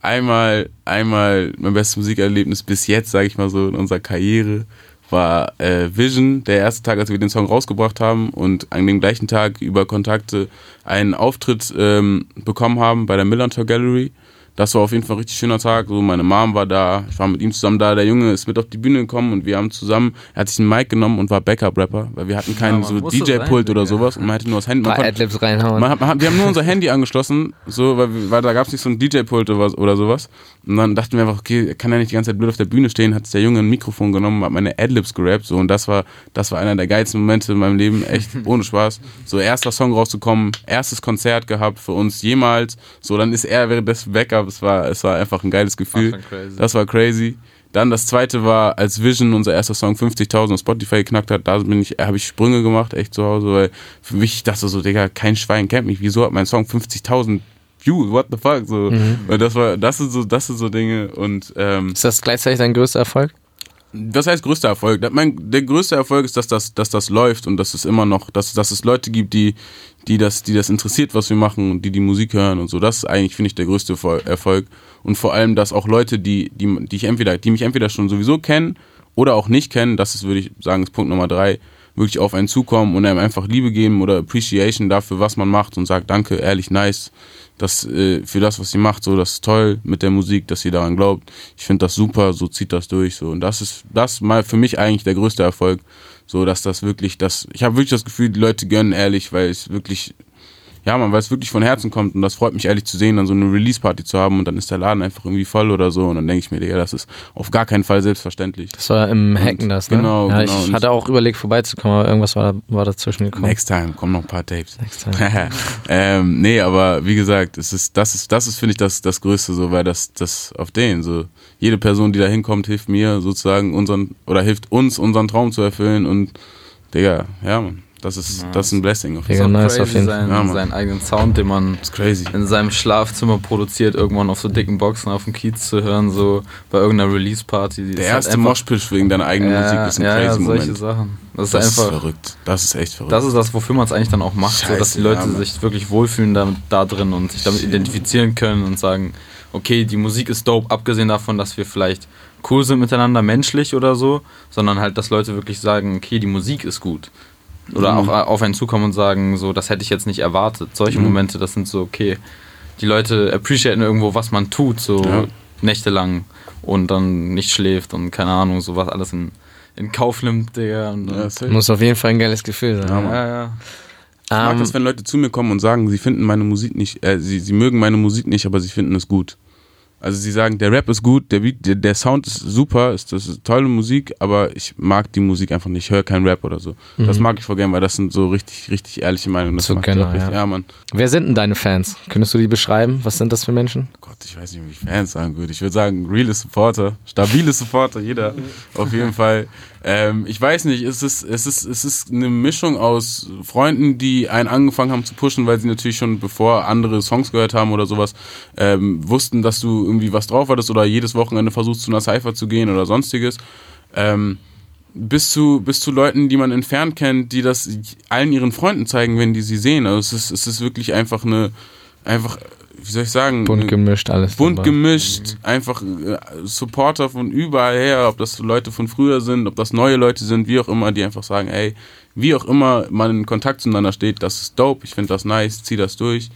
einmal, einmal mein bestes Musikerlebnis bis jetzt, sage ich mal so, in unserer Karriere war äh, Vision, der erste Tag, als wir den Song rausgebracht haben und an dem gleichen Tag über Kontakte einen Auftritt ähm, bekommen haben bei der Millantor Gallery. Das war auf jeden Fall ein richtig schöner Tag. So, meine Mom war da, ich war mit ihm zusammen da. Der Junge ist mit auf die Bühne gekommen und wir haben zusammen, er hat sich einen Mic genommen und war Backup-Rapper, weil wir hatten keinen ja, so D J-Pult oder sowas und man hätte nur das Handy. Mal Adlibs reinhauen. Man, man, wir haben nur unser Handy angeschlossen, so, weil, weil da gab es nicht so ein D J-Pult oder, oder sowas. Und dann dachten wir einfach, okay, kann er nicht die ganze Zeit blöd auf der Bühne stehen, hat sich der Junge ein Mikrofon genommen, hat meine Adlibs gerappt, so, und das war, das war einer der geilsten Momente in meinem Leben, echt ohne Spaß. So, erster Song rauszukommen, erstes Konzert gehabt für uns jemals, so, dann ist er währenddessen Backup, es war, es war einfach ein geiles Gefühl. Das war crazy. Dann das zweite war, als Vision, unser erster Song, fünfzigtausend auf Spotify geknackt hat, da bin ich, habe ich Sprünge gemacht, echt zu Hause, weil für mich, ich dachte so, Digga, kein Schwein kennt mich, wieso hat mein Song fünfzigtausend Views, what the fuck, so. Mhm. Weil das war, das sind so, das sind so Dinge und, ähm, ist das gleichzeitig dein größter Erfolg? Was heißt größter Erfolg? Mein, der größte Erfolg ist, dass das, dass das läuft und dass es immer noch, dass, dass es Leute gibt, die, die das, die das interessiert, was wir machen und die die Musik hören und so. Das ist eigentlich, finde ich, der größte Erfolg. Und vor allem, dass auch Leute, die, die, die ich entweder, die mich entweder schon sowieso kennen oder auch nicht kennen, das ist, würde ich sagen, ist Punkt Nummer drei, wirklich auf einen zukommen und einem einfach Liebe geben oder Appreciation dafür, was man macht und sagt, danke, ehrlich, nice. Das, äh, für das, was sie macht, so, das ist toll mit der Musik, dass sie daran glaubt. Ich finde das super, so zieht das durch, so. Und das ist, das mal für mich eigentlich der größte Erfolg, so, dass das wirklich, das, ich habe wirklich das Gefühl, die Leute gönnen ehrlich, weil es wirklich, ja, man, weil es wirklich von Herzen kommt und das freut mich ehrlich zu sehen, dann so eine Release-Party zu haben und dann ist der Laden einfach irgendwie voll oder so und dann denke ich mir, Digga, das ist auf gar keinen Fall selbstverständlich. Das war im Hacken das, ne? Genau, ja, genau. Ich hatte auch überlegt vorbeizukommen, aber irgendwas war, war dazwischen gekommen. Next time, kommen noch ein paar Tapes. Next time. ähm, nee, aber wie gesagt, es ist, das ist, das ist, finde ich, das, das Größte, so, weil das, das auf denen, so, jede Person, die da hinkommt, hilft mir sozusagen unseren, oder hilft uns, unseren Traum zu erfüllen und, Digga, ja, Mann. Das ist, ja, das ist ein Blessing. Auf jeden nice auf jeden Fall. Sein, ja, seinen eigenen Sound, den man in seinem Schlafzimmer produziert, irgendwann auf so dicken Boxen auf dem Kiez zu hören, so bei irgendeiner Release-Party. Der erste halt Moshpit wegen deiner eigenen ja, Musik ist ein ja, crazy ja, Moment. solche Sachen. Das, das ist einfach ist verrückt. Das ist echt verrückt. Das ist das, wofür man es eigentlich dann auch macht, Scheiße, so, dass die Leute ja, sich wirklich wohlfühlen da, da drin und sich damit identifizieren können und sagen, okay, die Musik ist dope, abgesehen davon, dass wir vielleicht cool sind miteinander, menschlich oder so, sondern halt, dass Leute wirklich sagen, okay, die Musik ist gut. Oder mhm. auch auf einen zukommen und sagen, so, das hätte ich jetzt nicht erwartet. Solche mhm. Momente, das sind so, okay, die Leute appreciaten irgendwo, was man tut, so ja. nächtelang und dann nicht schläft und keine Ahnung, so was alles in, in Kauf nimmt, Digga. Und ja, muss auf jeden Fall ein geiles Gefühl sein. Ja, ja, ja. Ich mag um, das, wenn Leute zu mir kommen und sagen, sie finden meine Musik nicht, äh, sie, sie mögen meine Musik nicht, aber sie finden es gut. Also sie sagen, der Rap ist gut, der Beat, der, der Sound ist super, ist, das ist tolle Musik, aber ich mag die Musik einfach nicht, ich höre keinen Rap oder so. Mhm. Das mag ich voll gern, weil das sind so richtig, richtig ehrliche Meinungen. Das so mag genau, ich auch richtig. Ja. Ja, Mann. Wer sind denn deine Fans? Könntest du die beschreiben? Was sind das für Menschen? Gott, ich weiß nicht, wie ich Fans sagen würde. Ich würde sagen, reale Supporter, stabile Supporter, jeder auf jeden Fall. Ähm, ich weiß nicht, es ist, es, ist, es ist eine Mischung aus Freunden, die einen angefangen haben zu pushen, weil sie natürlich schon bevor andere Songs gehört haben oder sowas, ähm, wussten, dass du irgendwie was drauf hattest oder jedes Wochenende versuchst, zu einer Cypher zu gehen oder sonstiges. Ähm, bis zu, bis zu Leuten, die man entfernt kennt, die das allen ihren Freunden zeigen, wenn die sie sehen. Also es ist, es ist wirklich einfach eine, einfach, wie soll ich sagen? Bunt gemischt alles. Bunt dabei. gemischt, einfach äh, Supporter von überall her, ob das Leute von früher sind, ob das neue Leute sind, wie auch immer, die einfach sagen, ey, wie auch immer man in Kontakt zueinander steht, das ist dope, ich finde das nice, zieh das durch.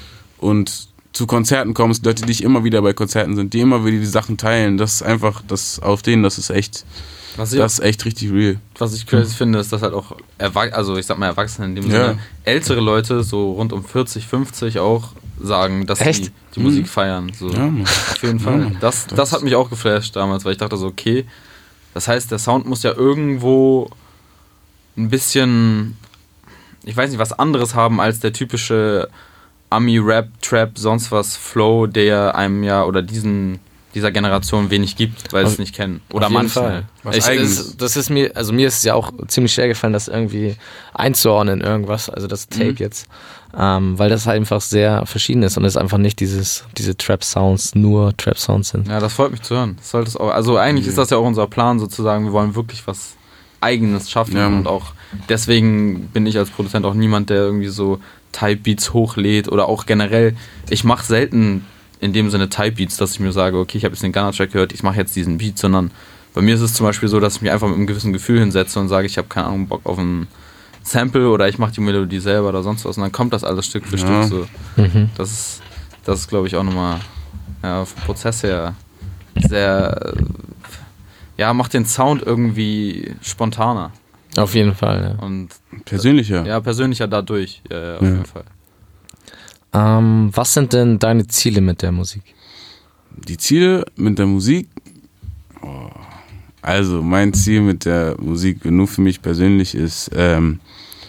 Und zu Konzerten kommst, Leute, die immer wieder bei Konzerten sind, die immer wieder die Sachen teilen, das ist einfach, das auf denen, das ist echt, was das ist echt richtig real. Was ich crazy mhm. finde, ist, dass halt auch, Erwach- also ich sag mal Erwachsene in dem ja. Sinne, ältere Leute, so rund um vierzig, fünfzig auch, sagen, dass Echt? die die mhm. Musik feiern. So. Ja, auf jeden Fall. Ja, das, das, das hat mich auch geflasht damals, weil ich dachte so, okay, das heißt, der Sound muss ja irgendwo ein bisschen, ich weiß nicht, was anderes haben als der typische Ami-Rap, Trap, sonst was Flow, der einem ja oder diesen dieser Generation wenig gibt, weil sie es nicht kennen. Oder manchmal. Ich, das, das ist mir, also mir ist es ja auch ziemlich schwer gefallen, das irgendwie einzuordnen in irgendwas, also das Tape mhm. jetzt. Ähm, weil das halt einfach sehr verschieden ist und es einfach nicht dieses, diese Trap-Sounds, nur Trap-Sounds sind. Ja, das freut mich zu hören. Das sollte es auch, also eigentlich mhm. ist das ja auch unser Plan sozusagen, wir wollen wirklich was Eigenes schaffen ja. und auch deswegen bin ich als Produzent auch niemand, der irgendwie so Type-Beats hochlädt oder auch generell, ich mache selten in dem Sinne Type-Beats, dass ich mir sage, okay, ich habe jetzt den Gunna-Track gehört, ich mache jetzt diesen Beat, sondern bei mir ist es zum Beispiel so, dass ich mich einfach mit einem gewissen Gefühl hinsetze und sage, ich habe keine Ahnung, Bock auf ein Sample oder ich mache die Melodie selber oder sonst was und dann kommt das alles Stück für ja. Stück so. Mhm. Das ist, das ist glaube ich, auch nochmal ja, vom Prozess her sehr, ja, macht den Sound irgendwie spontaner. Auf jeden Fall, ja. Und persönlicher. Ja, persönlicher dadurch, ja, ja, auf ja. jeden Fall. Ähm, was sind denn deine Ziele mit der Musik? Die Ziele mit der Musik? Oh. Also mein Ziel mit der Musik, nur für mich persönlich, ist, ähm,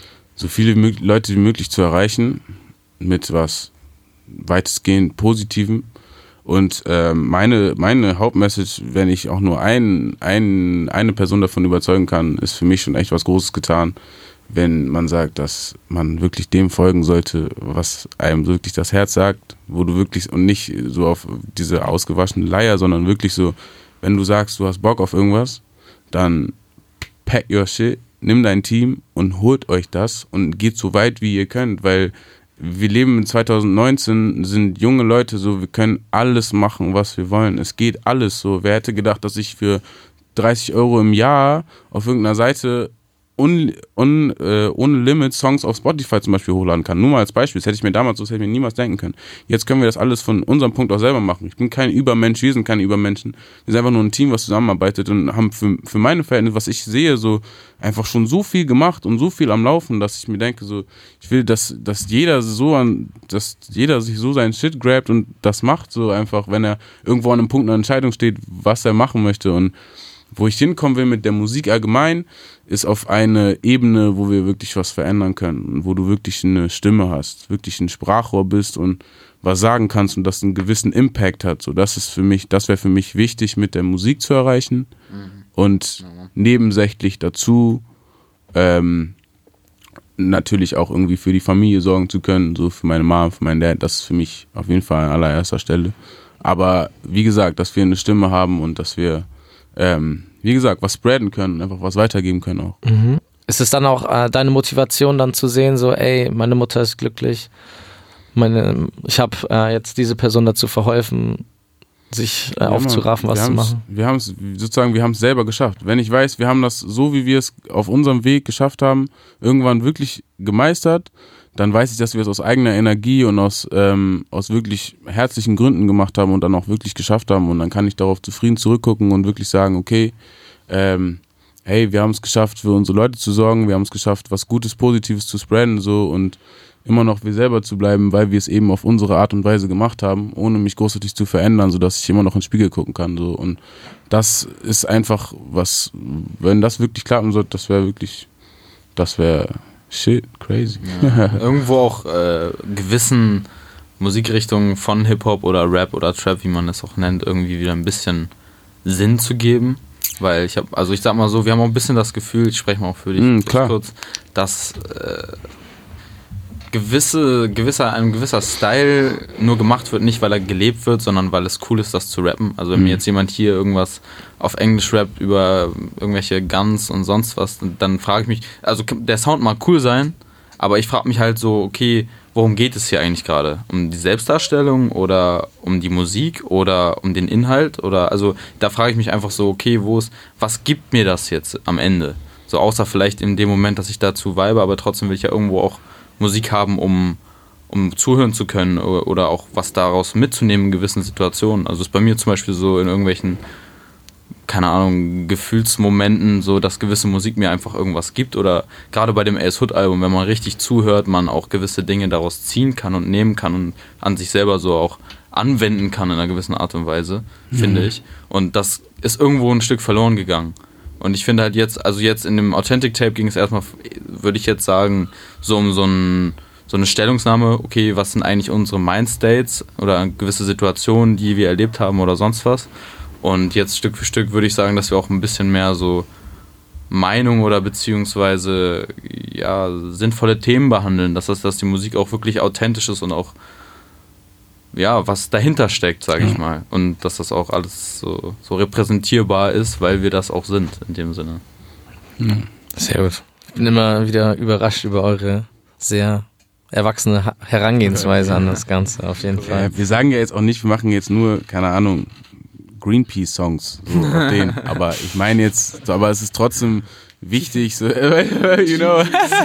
so viele mö- Leute wie möglich zu erreichen mit was weitestgehend Positivem. Und ähm, meine, meine Hauptmessage, wenn ich auch nur ein, ein, eine Person davon überzeugen kann, ist für mich schon echt was Großes getan, wenn man sagt, dass man wirklich dem folgen sollte, was einem wirklich das Herz sagt, wo du wirklich, und nicht so auf diese ausgewaschene Leier, sondern wirklich so, wenn du sagst, du hast Bock auf irgendwas, dann pack your shit, nimm dein Team und holt euch das und geht so weit, wie ihr könnt, weil wir leben in zwanzig neunzehn, sind junge Leute so, wir können alles machen, was wir wollen. Es geht alles so. Wer hätte gedacht, dass ich für dreißig Euro im Jahr auf irgendeiner Seite un, un, äh, ohne Limit Songs auf Spotify zum Beispiel hochladen kann. Nur mal als Beispiel. Das hätte ich mir damals, so das hätte ich mir niemals denken können. Jetzt können wir das alles von unserem Punkt aus selber machen. Ich bin kein Übermensch, wir sind keine Übermenschen. Wir sind einfach nur ein Team, was zusammenarbeitet und haben für, für meine Verhältnisse, was ich sehe, so einfach schon so viel gemacht und so viel am Laufen, dass ich mir denke, so, ich will, dass, dass jeder so an, dass jeder sich so seinen Shit grabt und das macht, so einfach, wenn er irgendwo an einem Punkt einer Entscheidung steht, was er machen möchte. Und wo ich hinkommen will mit der Musik allgemein, ist auf eine Ebene, wo wir wirklich was verändern können und wo du wirklich eine Stimme hast, wirklich ein Sprachrohr bist und was sagen kannst und das einen gewissen Impact hat. So, das ist für mich, das wäre für mich wichtig, mit der Musik zu erreichen mhm. und mhm. nebensächlich dazu ähm, natürlich auch irgendwie für die Familie sorgen zu können, so für meine Mom, für meinen Dad. Das ist für mich auf jeden Fall an allererster Stelle. Aber wie gesagt, dass wir eine Stimme haben und dass wir Ähm, wie gesagt, was spreaden können, einfach was weitergeben können auch. Mhm. Ist es dann auch äh, deine Motivation dann zu sehen, so ey, meine Mutter ist glücklich, meine, ich habe äh, jetzt diese Person dazu verholfen, sich äh, aufzuraffen, was zu machen? Wir haben es sozusagen, wir haben es selber geschafft. Wenn ich weiß, wir haben das so, wie wir es auf unserem Weg geschafft haben, irgendwann wirklich gemeistert, dann weiß ich, dass wir es aus eigener Energie und aus, ähm, aus wirklich herzlichen Gründen gemacht haben und dann auch wirklich geschafft haben. Und dann kann ich darauf zufrieden zurückgucken und wirklich sagen, okay, ähm, hey, wir haben es geschafft, für unsere Leute zu sorgen, wir haben es geschafft, was Gutes, Positives zu spreaden so und immer noch wir selber zu bleiben, weil wir es eben auf unsere Art und Weise gemacht haben, ohne mich großartig zu verändern, sodass ich immer noch in den Spiegel gucken kann. So. Und das ist einfach was, wenn das wirklich klappen sollte, das wäre wirklich, das wäre shit, crazy. Ja. Irgendwo auch äh, gewissen Musikrichtungen von Hip-Hop oder Rap oder Trap, wie man das auch nennt, irgendwie wieder ein bisschen Sinn zu geben. Weil ich habe, also ich sag mal so, wir haben auch ein bisschen das Gefühl, ich spreche mal auch für dich mm, klar. kurz, dass äh, gewisse, gewisser, ein gewisser Style nur gemacht wird, nicht weil er gelebt wird, sondern weil es cool ist, das zu rappen. Also wenn mm. mir jetzt jemand hier irgendwas auf Englisch rappt über irgendwelche Guns und sonst was, dann frage ich mich, also der Sound mag cool sein, aber ich frage mich halt so, okay, worum geht es hier eigentlich gerade? Um die Selbstdarstellung oder um die Musik oder um den Inhalt? Oder also da frage ich mich einfach so, okay, wo ist, was gibt mir das jetzt am Ende? So außer vielleicht in dem Moment, dass ich dazu vibe, aber trotzdem will ich ja irgendwo auch Musik haben, um, um zuhören zu können oder, oder auch was daraus mitzunehmen in gewissen Situationen. Also ist bei mir zum Beispiel so in irgendwelchen, keine Ahnung, Gefühlsmomenten, so dass gewisse Musik mir einfach irgendwas gibt oder gerade bei dem Ace Hood Album, wenn man richtig zuhört, man auch gewisse Dinge daraus ziehen kann und nehmen kann und an sich selber so auch anwenden kann in einer gewissen Art und Weise, mhm. finde ich. Und das ist irgendwo ein Stück verloren gegangen. Und ich finde halt jetzt, also jetzt in dem Authentic Tape ging es erstmal, würde ich jetzt sagen, so um so, ein, so eine Stellungnahme, okay, was sind eigentlich unsere Mindstates oder gewisse Situationen, die wir erlebt haben oder sonst was. Und jetzt Stück für Stück würde ich sagen, dass wir auch ein bisschen mehr so Meinung oder beziehungsweise ja, sinnvolle Themen behandeln, dass, das, dass die Musik auch wirklich authentisch ist und auch ja, was dahinter steckt, sage ich mal. Und dass das auch alles so, so repräsentierbar ist, weil wir das auch sind, in dem Sinne. Sehr gut. Ich bin immer wieder überrascht über eure sehr erwachsene Herangehensweise an das Ganze, auf jeden Fall. Ja, wir sagen ja jetzt auch nicht, wir machen jetzt nur, keine Ahnung, Greenpeace-Songs, so auf den. Aber ich meine jetzt, aber es ist trotzdem wichtig, so, you know.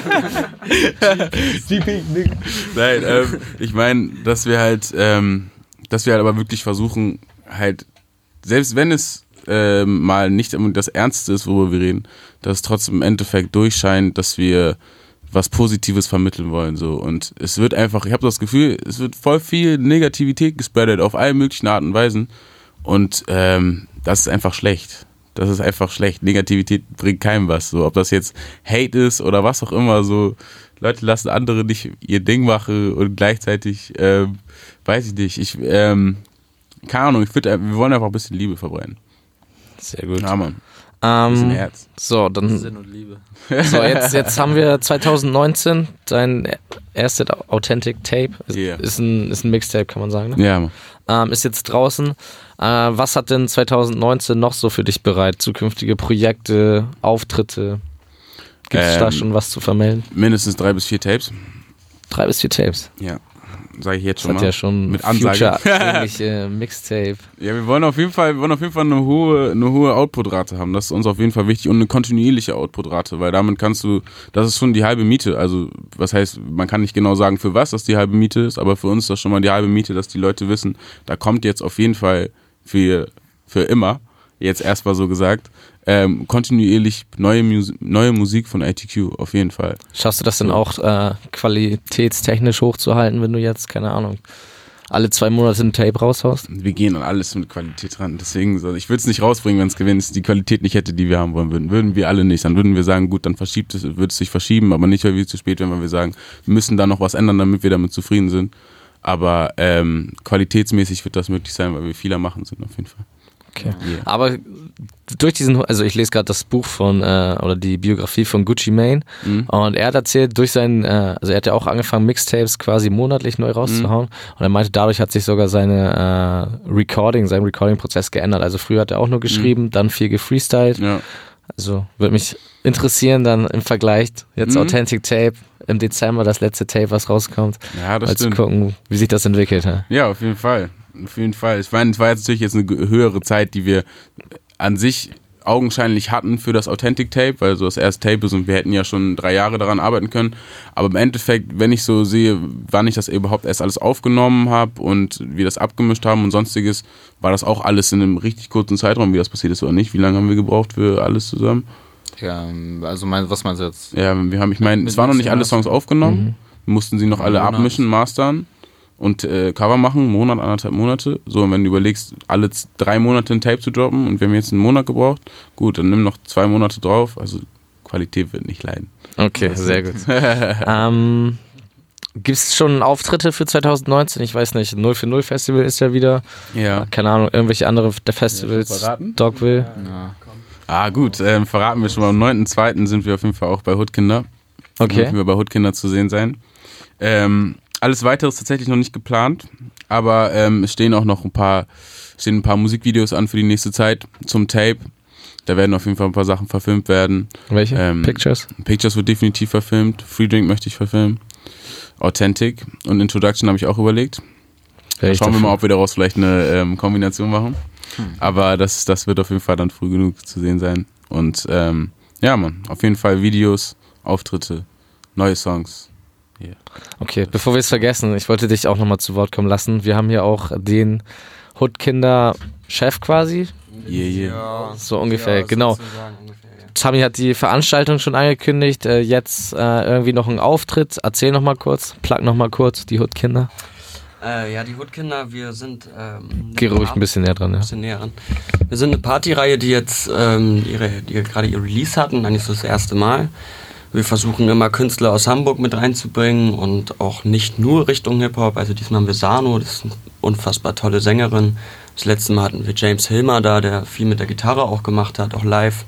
Nein, ähm, ich meine, dass wir halt, ähm, dass wir halt aber wirklich versuchen, halt, selbst wenn es ähm, mal nicht das Ernste ist, worüber wir reden, dass es trotzdem im Endeffekt durchscheint, dass wir was Positives vermitteln wollen, so. Und es wird einfach, ich habe das Gefühl, es wird voll viel Negativität gespreadet auf allen möglichen Arten und Weisen. Und ähm, das ist einfach schlecht. Das ist einfach schlecht. Negativität bringt keinem was. So, ob das jetzt Hate ist oder was auch immer. So, Leute lassen andere nicht ihr Ding machen und gleichzeitig, ähm, weiß ich nicht. Ich, ähm, keine Ahnung. Ich finde, wir wollen einfach ein bisschen Liebe verbreiten. Sehr gut. Ja, Mann. Ähm, bisschen Herz. So, dann. Sinn und Liebe. So, jetzt, jetzt haben wir zwanzig neunzehn dein erstes Authentic Tape. Ist, Yeah. ist, ein, ist ein Mixtape, kann man sagen. Ne? Ja, Mann. Ähm, ist jetzt draußen. Äh, was hat denn zwanzig neunzehn noch so für dich bereit? Zukünftige Projekte, Auftritte? Gibt es Ähm, da schon was zu vermelden? Mindestens drei bis vier Tapes. Drei bis vier Tapes. Ja. Sag ich jetzt Das schon hat mal. ja schon Mit Ansage. Future-ähnliche Mixtape. Ja, wir wollen auf jeden Fall, wir wollen auf jeden Fall eine hohe, eine hohe Output-Rate haben. Das ist uns auf jeden Fall wichtig und eine kontinuierliche Output-Rate, weil damit kannst du, das ist schon die halbe Miete. Also, was heißt, man kann nicht genau sagen, für was das die halbe Miete ist, aber für uns ist das schon mal die halbe Miete, dass die Leute wissen, da kommt jetzt auf jeden Fall für, für immer, jetzt erstmal so gesagt, ähm, kontinuierlich neue, Mus- neue Musik von A T Q, auf jeden Fall. Schaffst du das denn auch äh, qualitätstechnisch hochzuhalten, wenn du jetzt, keine Ahnung, alle zwei Monate ein Tape raushaust? Wir gehen an alles mit Qualität ran. Deswegen, so, ich würde es nicht rausbringen, wenn es wenn es die Qualität nicht hätte, die wir haben wollen würden. Würden wir alle nicht. Dann würden wir sagen, gut, dann verschiebt es, würde es sich verschieben, aber nicht, weil wir zu spät wären, weil wir sagen, wir müssen da noch was ändern, damit wir damit zufrieden sind. Aber ähm, qualitätsmäßig wird das möglich sein, weil wir viel am Machen sind, auf jeden Fall. Okay. Yeah. Aber durch diesen, also ich lese gerade das Buch von, äh, oder die Biografie von Gucci Mane Mhm. und er hat erzählt, durch seinen, äh, also er hat ja auch angefangen, Mixtapes quasi monatlich neu rauszuhauen und er meinte, dadurch hat sich sogar seine äh, Recording, sein Recording-Prozess geändert. Also früher hat er auch nur geschrieben, dann viel gefreestylt. Ja. Also würde mich interessieren dann im Vergleich, jetzt Mhm. Authentic Tape, im Dezember das letzte Tape, was rauskommt, Ja, das mal zu stimmt. gucken, wie sich das entwickelt hat. Ja, auf jeden Fall. Auf jeden Fall. Ich meine, es war jetzt natürlich jetzt eine höhere Zeit, die wir an sich augenscheinlich hatten für das Authentic Tape, weil so das erste Tape ist und wir hätten ja schon drei Jahre daran arbeiten können. Aber im Endeffekt, wenn ich so sehe, wann ich das überhaupt erst alles aufgenommen habe und wir das abgemischt haben und sonstiges, war das auch alles in einem richtig kurzen Zeitraum, wie das passiert ist oder nicht. Wie lange haben wir gebraucht für alles zusammen? Ja, also mein, was meinst du jetzt? Ja, wir haben, ich meine, es waren noch nicht alle Songs aufgenommen. Wir mussten sie noch alle Monat. abmischen, mastern und äh, Cover machen, Monat, anderthalb Monate. So, und wenn du überlegst, alle z- drei Monate ein Tape zu droppen und wir haben jetzt einen Monat gebraucht, gut, dann nimm noch zwei Monate drauf. Also Qualität wird nicht leiden. Okay, sehr gut. ähm, Gibt es schon Auftritte für zwanzig neunzehn? Ich weiß nicht, null vier null Festival ist ja wieder. Ja. Keine Ahnung, irgendwelche andere der Festivals. Ja, verraten? Dogville. Ja. Ah, gut, ähm, verraten wir schon mal. Am neunten zweiten sind wir auf jeden Fall auch bei Hoodkinder. Okay. Dürfen wir bei Hoodkinder zu sehen sein. Ähm, alles weitere ist tatsächlich noch nicht geplant, aber ähm, es stehen auch noch ein paar, stehen ein paar Musikvideos an für die nächste Zeit zum Tape. Da werden auf jeden Fall ein paar Sachen verfilmt werden. Welche? Ähm, Pictures? Pictures wird definitiv verfilmt. Free Drink möchte ich verfilmen. Authentic und Introduction habe ich auch überlegt. Wer ich Schauen wir davon- mal, ob wir daraus vielleicht eine ähm, Kombination machen. Aber das, das wird auf jeden Fall dann früh genug zu sehen sein. Und ähm, ja, Mann, auf jeden Fall Videos, Auftritte, neue Songs. Yeah. Okay, bevor wir es vergessen, ich wollte dich auch nochmal zu Wort kommen lassen. Wir haben hier auch den Hoodkinder-Chef quasi. Yeah, yeah. Ja, So ungefähr, ja, genau. sozusagen ungefähr, ja. Tami hat die Veranstaltung schon angekündigt. Äh, jetzt äh, irgendwie noch ein Auftritt. Erzähl nochmal kurz, plug nochmal kurz, die Hoodkinder. Äh, ja, die Hoodkinder, wir sind. Ähm, Geh ruhig ein bisschen näher dran, ja. ein bisschen näher ran. Wir sind eine Partyreihe, die jetzt ähm, ihre, die gerade ihr Release hatten, eigentlich so das erste Mal. Wir versuchen immer Künstler aus Hamburg mit reinzubringen und auch nicht nur Richtung Hip-Hop. Also diesmal haben wir Sano, das ist eine unfassbar tolle Sängerin. Das letzte Mal hatten wir James Hilmer da, der viel mit der Gitarre auch gemacht hat, auch live.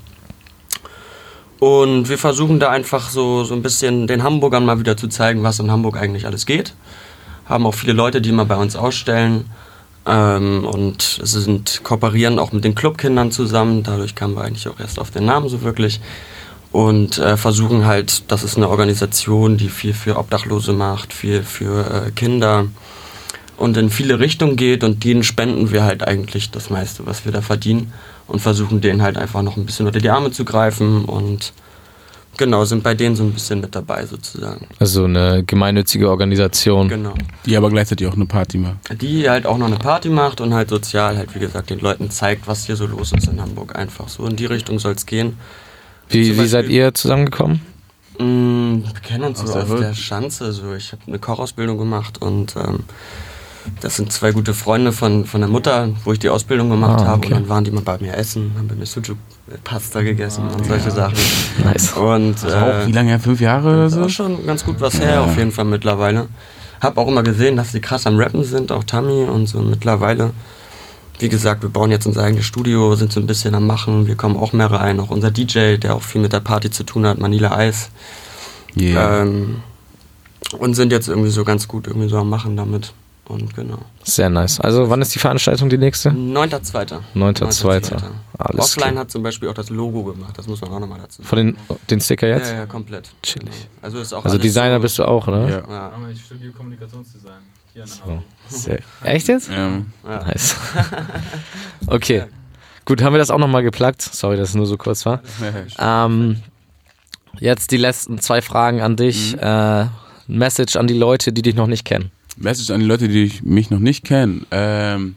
Und wir versuchen da einfach so, so ein bisschen den Hamburgern mal wieder zu zeigen, was in Hamburg eigentlich alles geht. Haben auch viele Leute, die mal bei uns ausstellen. Ähm, und es sind kooperieren auch mit den Clubkindern zusammen. Dadurch kamen wir eigentlich auch erst auf den Namen so wirklich. und äh, versuchen halt, das ist eine Organisation, die viel für Obdachlose macht, viel für äh, Kinder und in viele Richtungen geht und denen spenden wir halt eigentlich das meiste, was wir da verdienen und versuchen denen halt einfach noch ein bisschen unter die Arme zu greifen und genau, sind bei denen so ein bisschen mit dabei sozusagen. Also eine gemeinnützige Organisation. Genau. Die aber gleichzeitig auch eine Party macht. Die halt auch noch eine Party macht und halt sozial halt, wie gesagt, den Leuten zeigt, was hier so los ist in Hamburg. Einfach so in die Richtung soll es gehen. Wie, wie seid ihr zusammengekommen? Mh, wir kennen uns Aus so der auf Hood? der Schanze. So. Ich habe eine Kochausbildung gemacht und ähm, das sind zwei gute Freunde von, von der Mutter, wo ich die Ausbildung gemacht Ah, habe. okay. Und dann waren die mal bei mir essen, haben bei mir Sujuk-Pasta gegessen und solche Sachen. Nice. Und, Auch wie äh, lange her? Fünf Jahre oder das ist so? auch schon ganz gut was her, Ja. auf jeden Fall mittlerweile. Hab auch immer gesehen, dass die krass am Rappen sind, auch Tammy und so mittlerweile. Wie gesagt, wir bauen jetzt unser eigenes Studio, sind so ein bisschen am Machen, wir kommen auch mehr rein. Auch unser D J, der auch viel mit der Party zu tun hat, Manila Ice. Yeah. Ähm, und sind jetzt irgendwie so ganz gut irgendwie so am Machen damit. Und genau. Sehr nice. Also wann ist die Veranstaltung, die nächste? neunter zweiter neunter zweiter Alles Offline klar. hat zum Beispiel auch das Logo gemacht, das muss man auch nochmal dazu sagen. Von den, den Sticker jetzt? Ja, ja, komplett. Chillig. Genau. Also, ist auch Also alles Designer so, bist du auch, ne? Ja. Ja. Ich studiere Kommunikationsdesign hier in So. Sehr. Echt jetzt? Ja. Ja. Nice. Okay. Gut, haben wir das auch nochmal geplagt. Sorry, dass es nur so kurz war. Ähm, jetzt die letzten zwei Fragen an dich. Mhm. Äh, Message an die Leute, die dich noch nicht kennen. Message an die Leute, die mich noch nicht kennen. Ähm,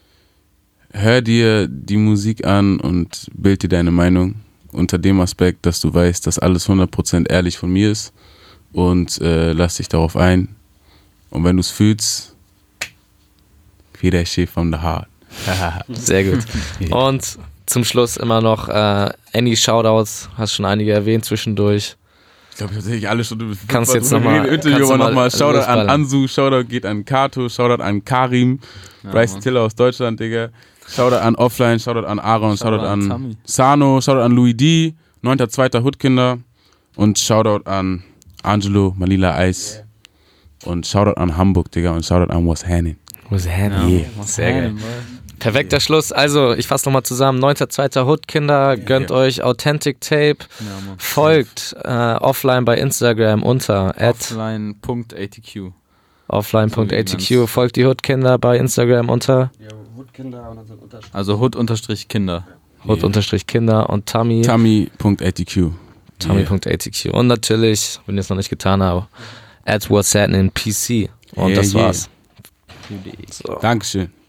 hör dir die Musik an und bild dir deine Meinung unter dem Aspekt, dass du weißt, dass alles hundert Prozent ehrlich von mir ist und äh, lass dich darauf ein. Und wenn du es fühlst, feel that shit from the heart. Sehr gut. Und zum Schluss immer noch äh, any Shoutouts. Hast schon einige erwähnt zwischendurch. Ich glaube, tatsächlich alle schon. Kannst jetzt noch mal- Interview kannst du aber mal nochmal. Shoutout an losballern. Ansu, Shoutout geht an Kato, Shoutout an Karim, Ja, Bryce Mann. Tiller aus Deutschland, Digga. Shoutout an Offline, Shoutout an Aaron, Shoutout, Shoutout an an Sami. Sano, Shoutout an Louis D, neunter zweiter Hoodkinder und Shoutout an Angelo, Malila Ice und Shoutout an Hamburg, Digga, und Shoutout an Was Hanning. Was Ja, yeah. Sehr geil. Perfekter Schluss. Also, ich fasse nochmal zusammen. neunter zweiter Hoodkinder. Gönnt ja. euch Authentic Tape. Ja, Mann. Folgt äh, offline bei Instagram unter at Offline Punkt A T Q. offline Punkt A T Q. So, Folgt die Hoodkinder bei Instagram unter Ja, Woodkinder und dann sind Unterstrich. Also Hood unterstrich Kinder. Hood-Kinder und Tammy. Tammy Punkt A T Q. Tammy Punkt A T Q. Und natürlich, wenn ihr es noch nicht getan habt, at What's Happening P C. Und Yeah, das yeah. war's. So. Dankeschön.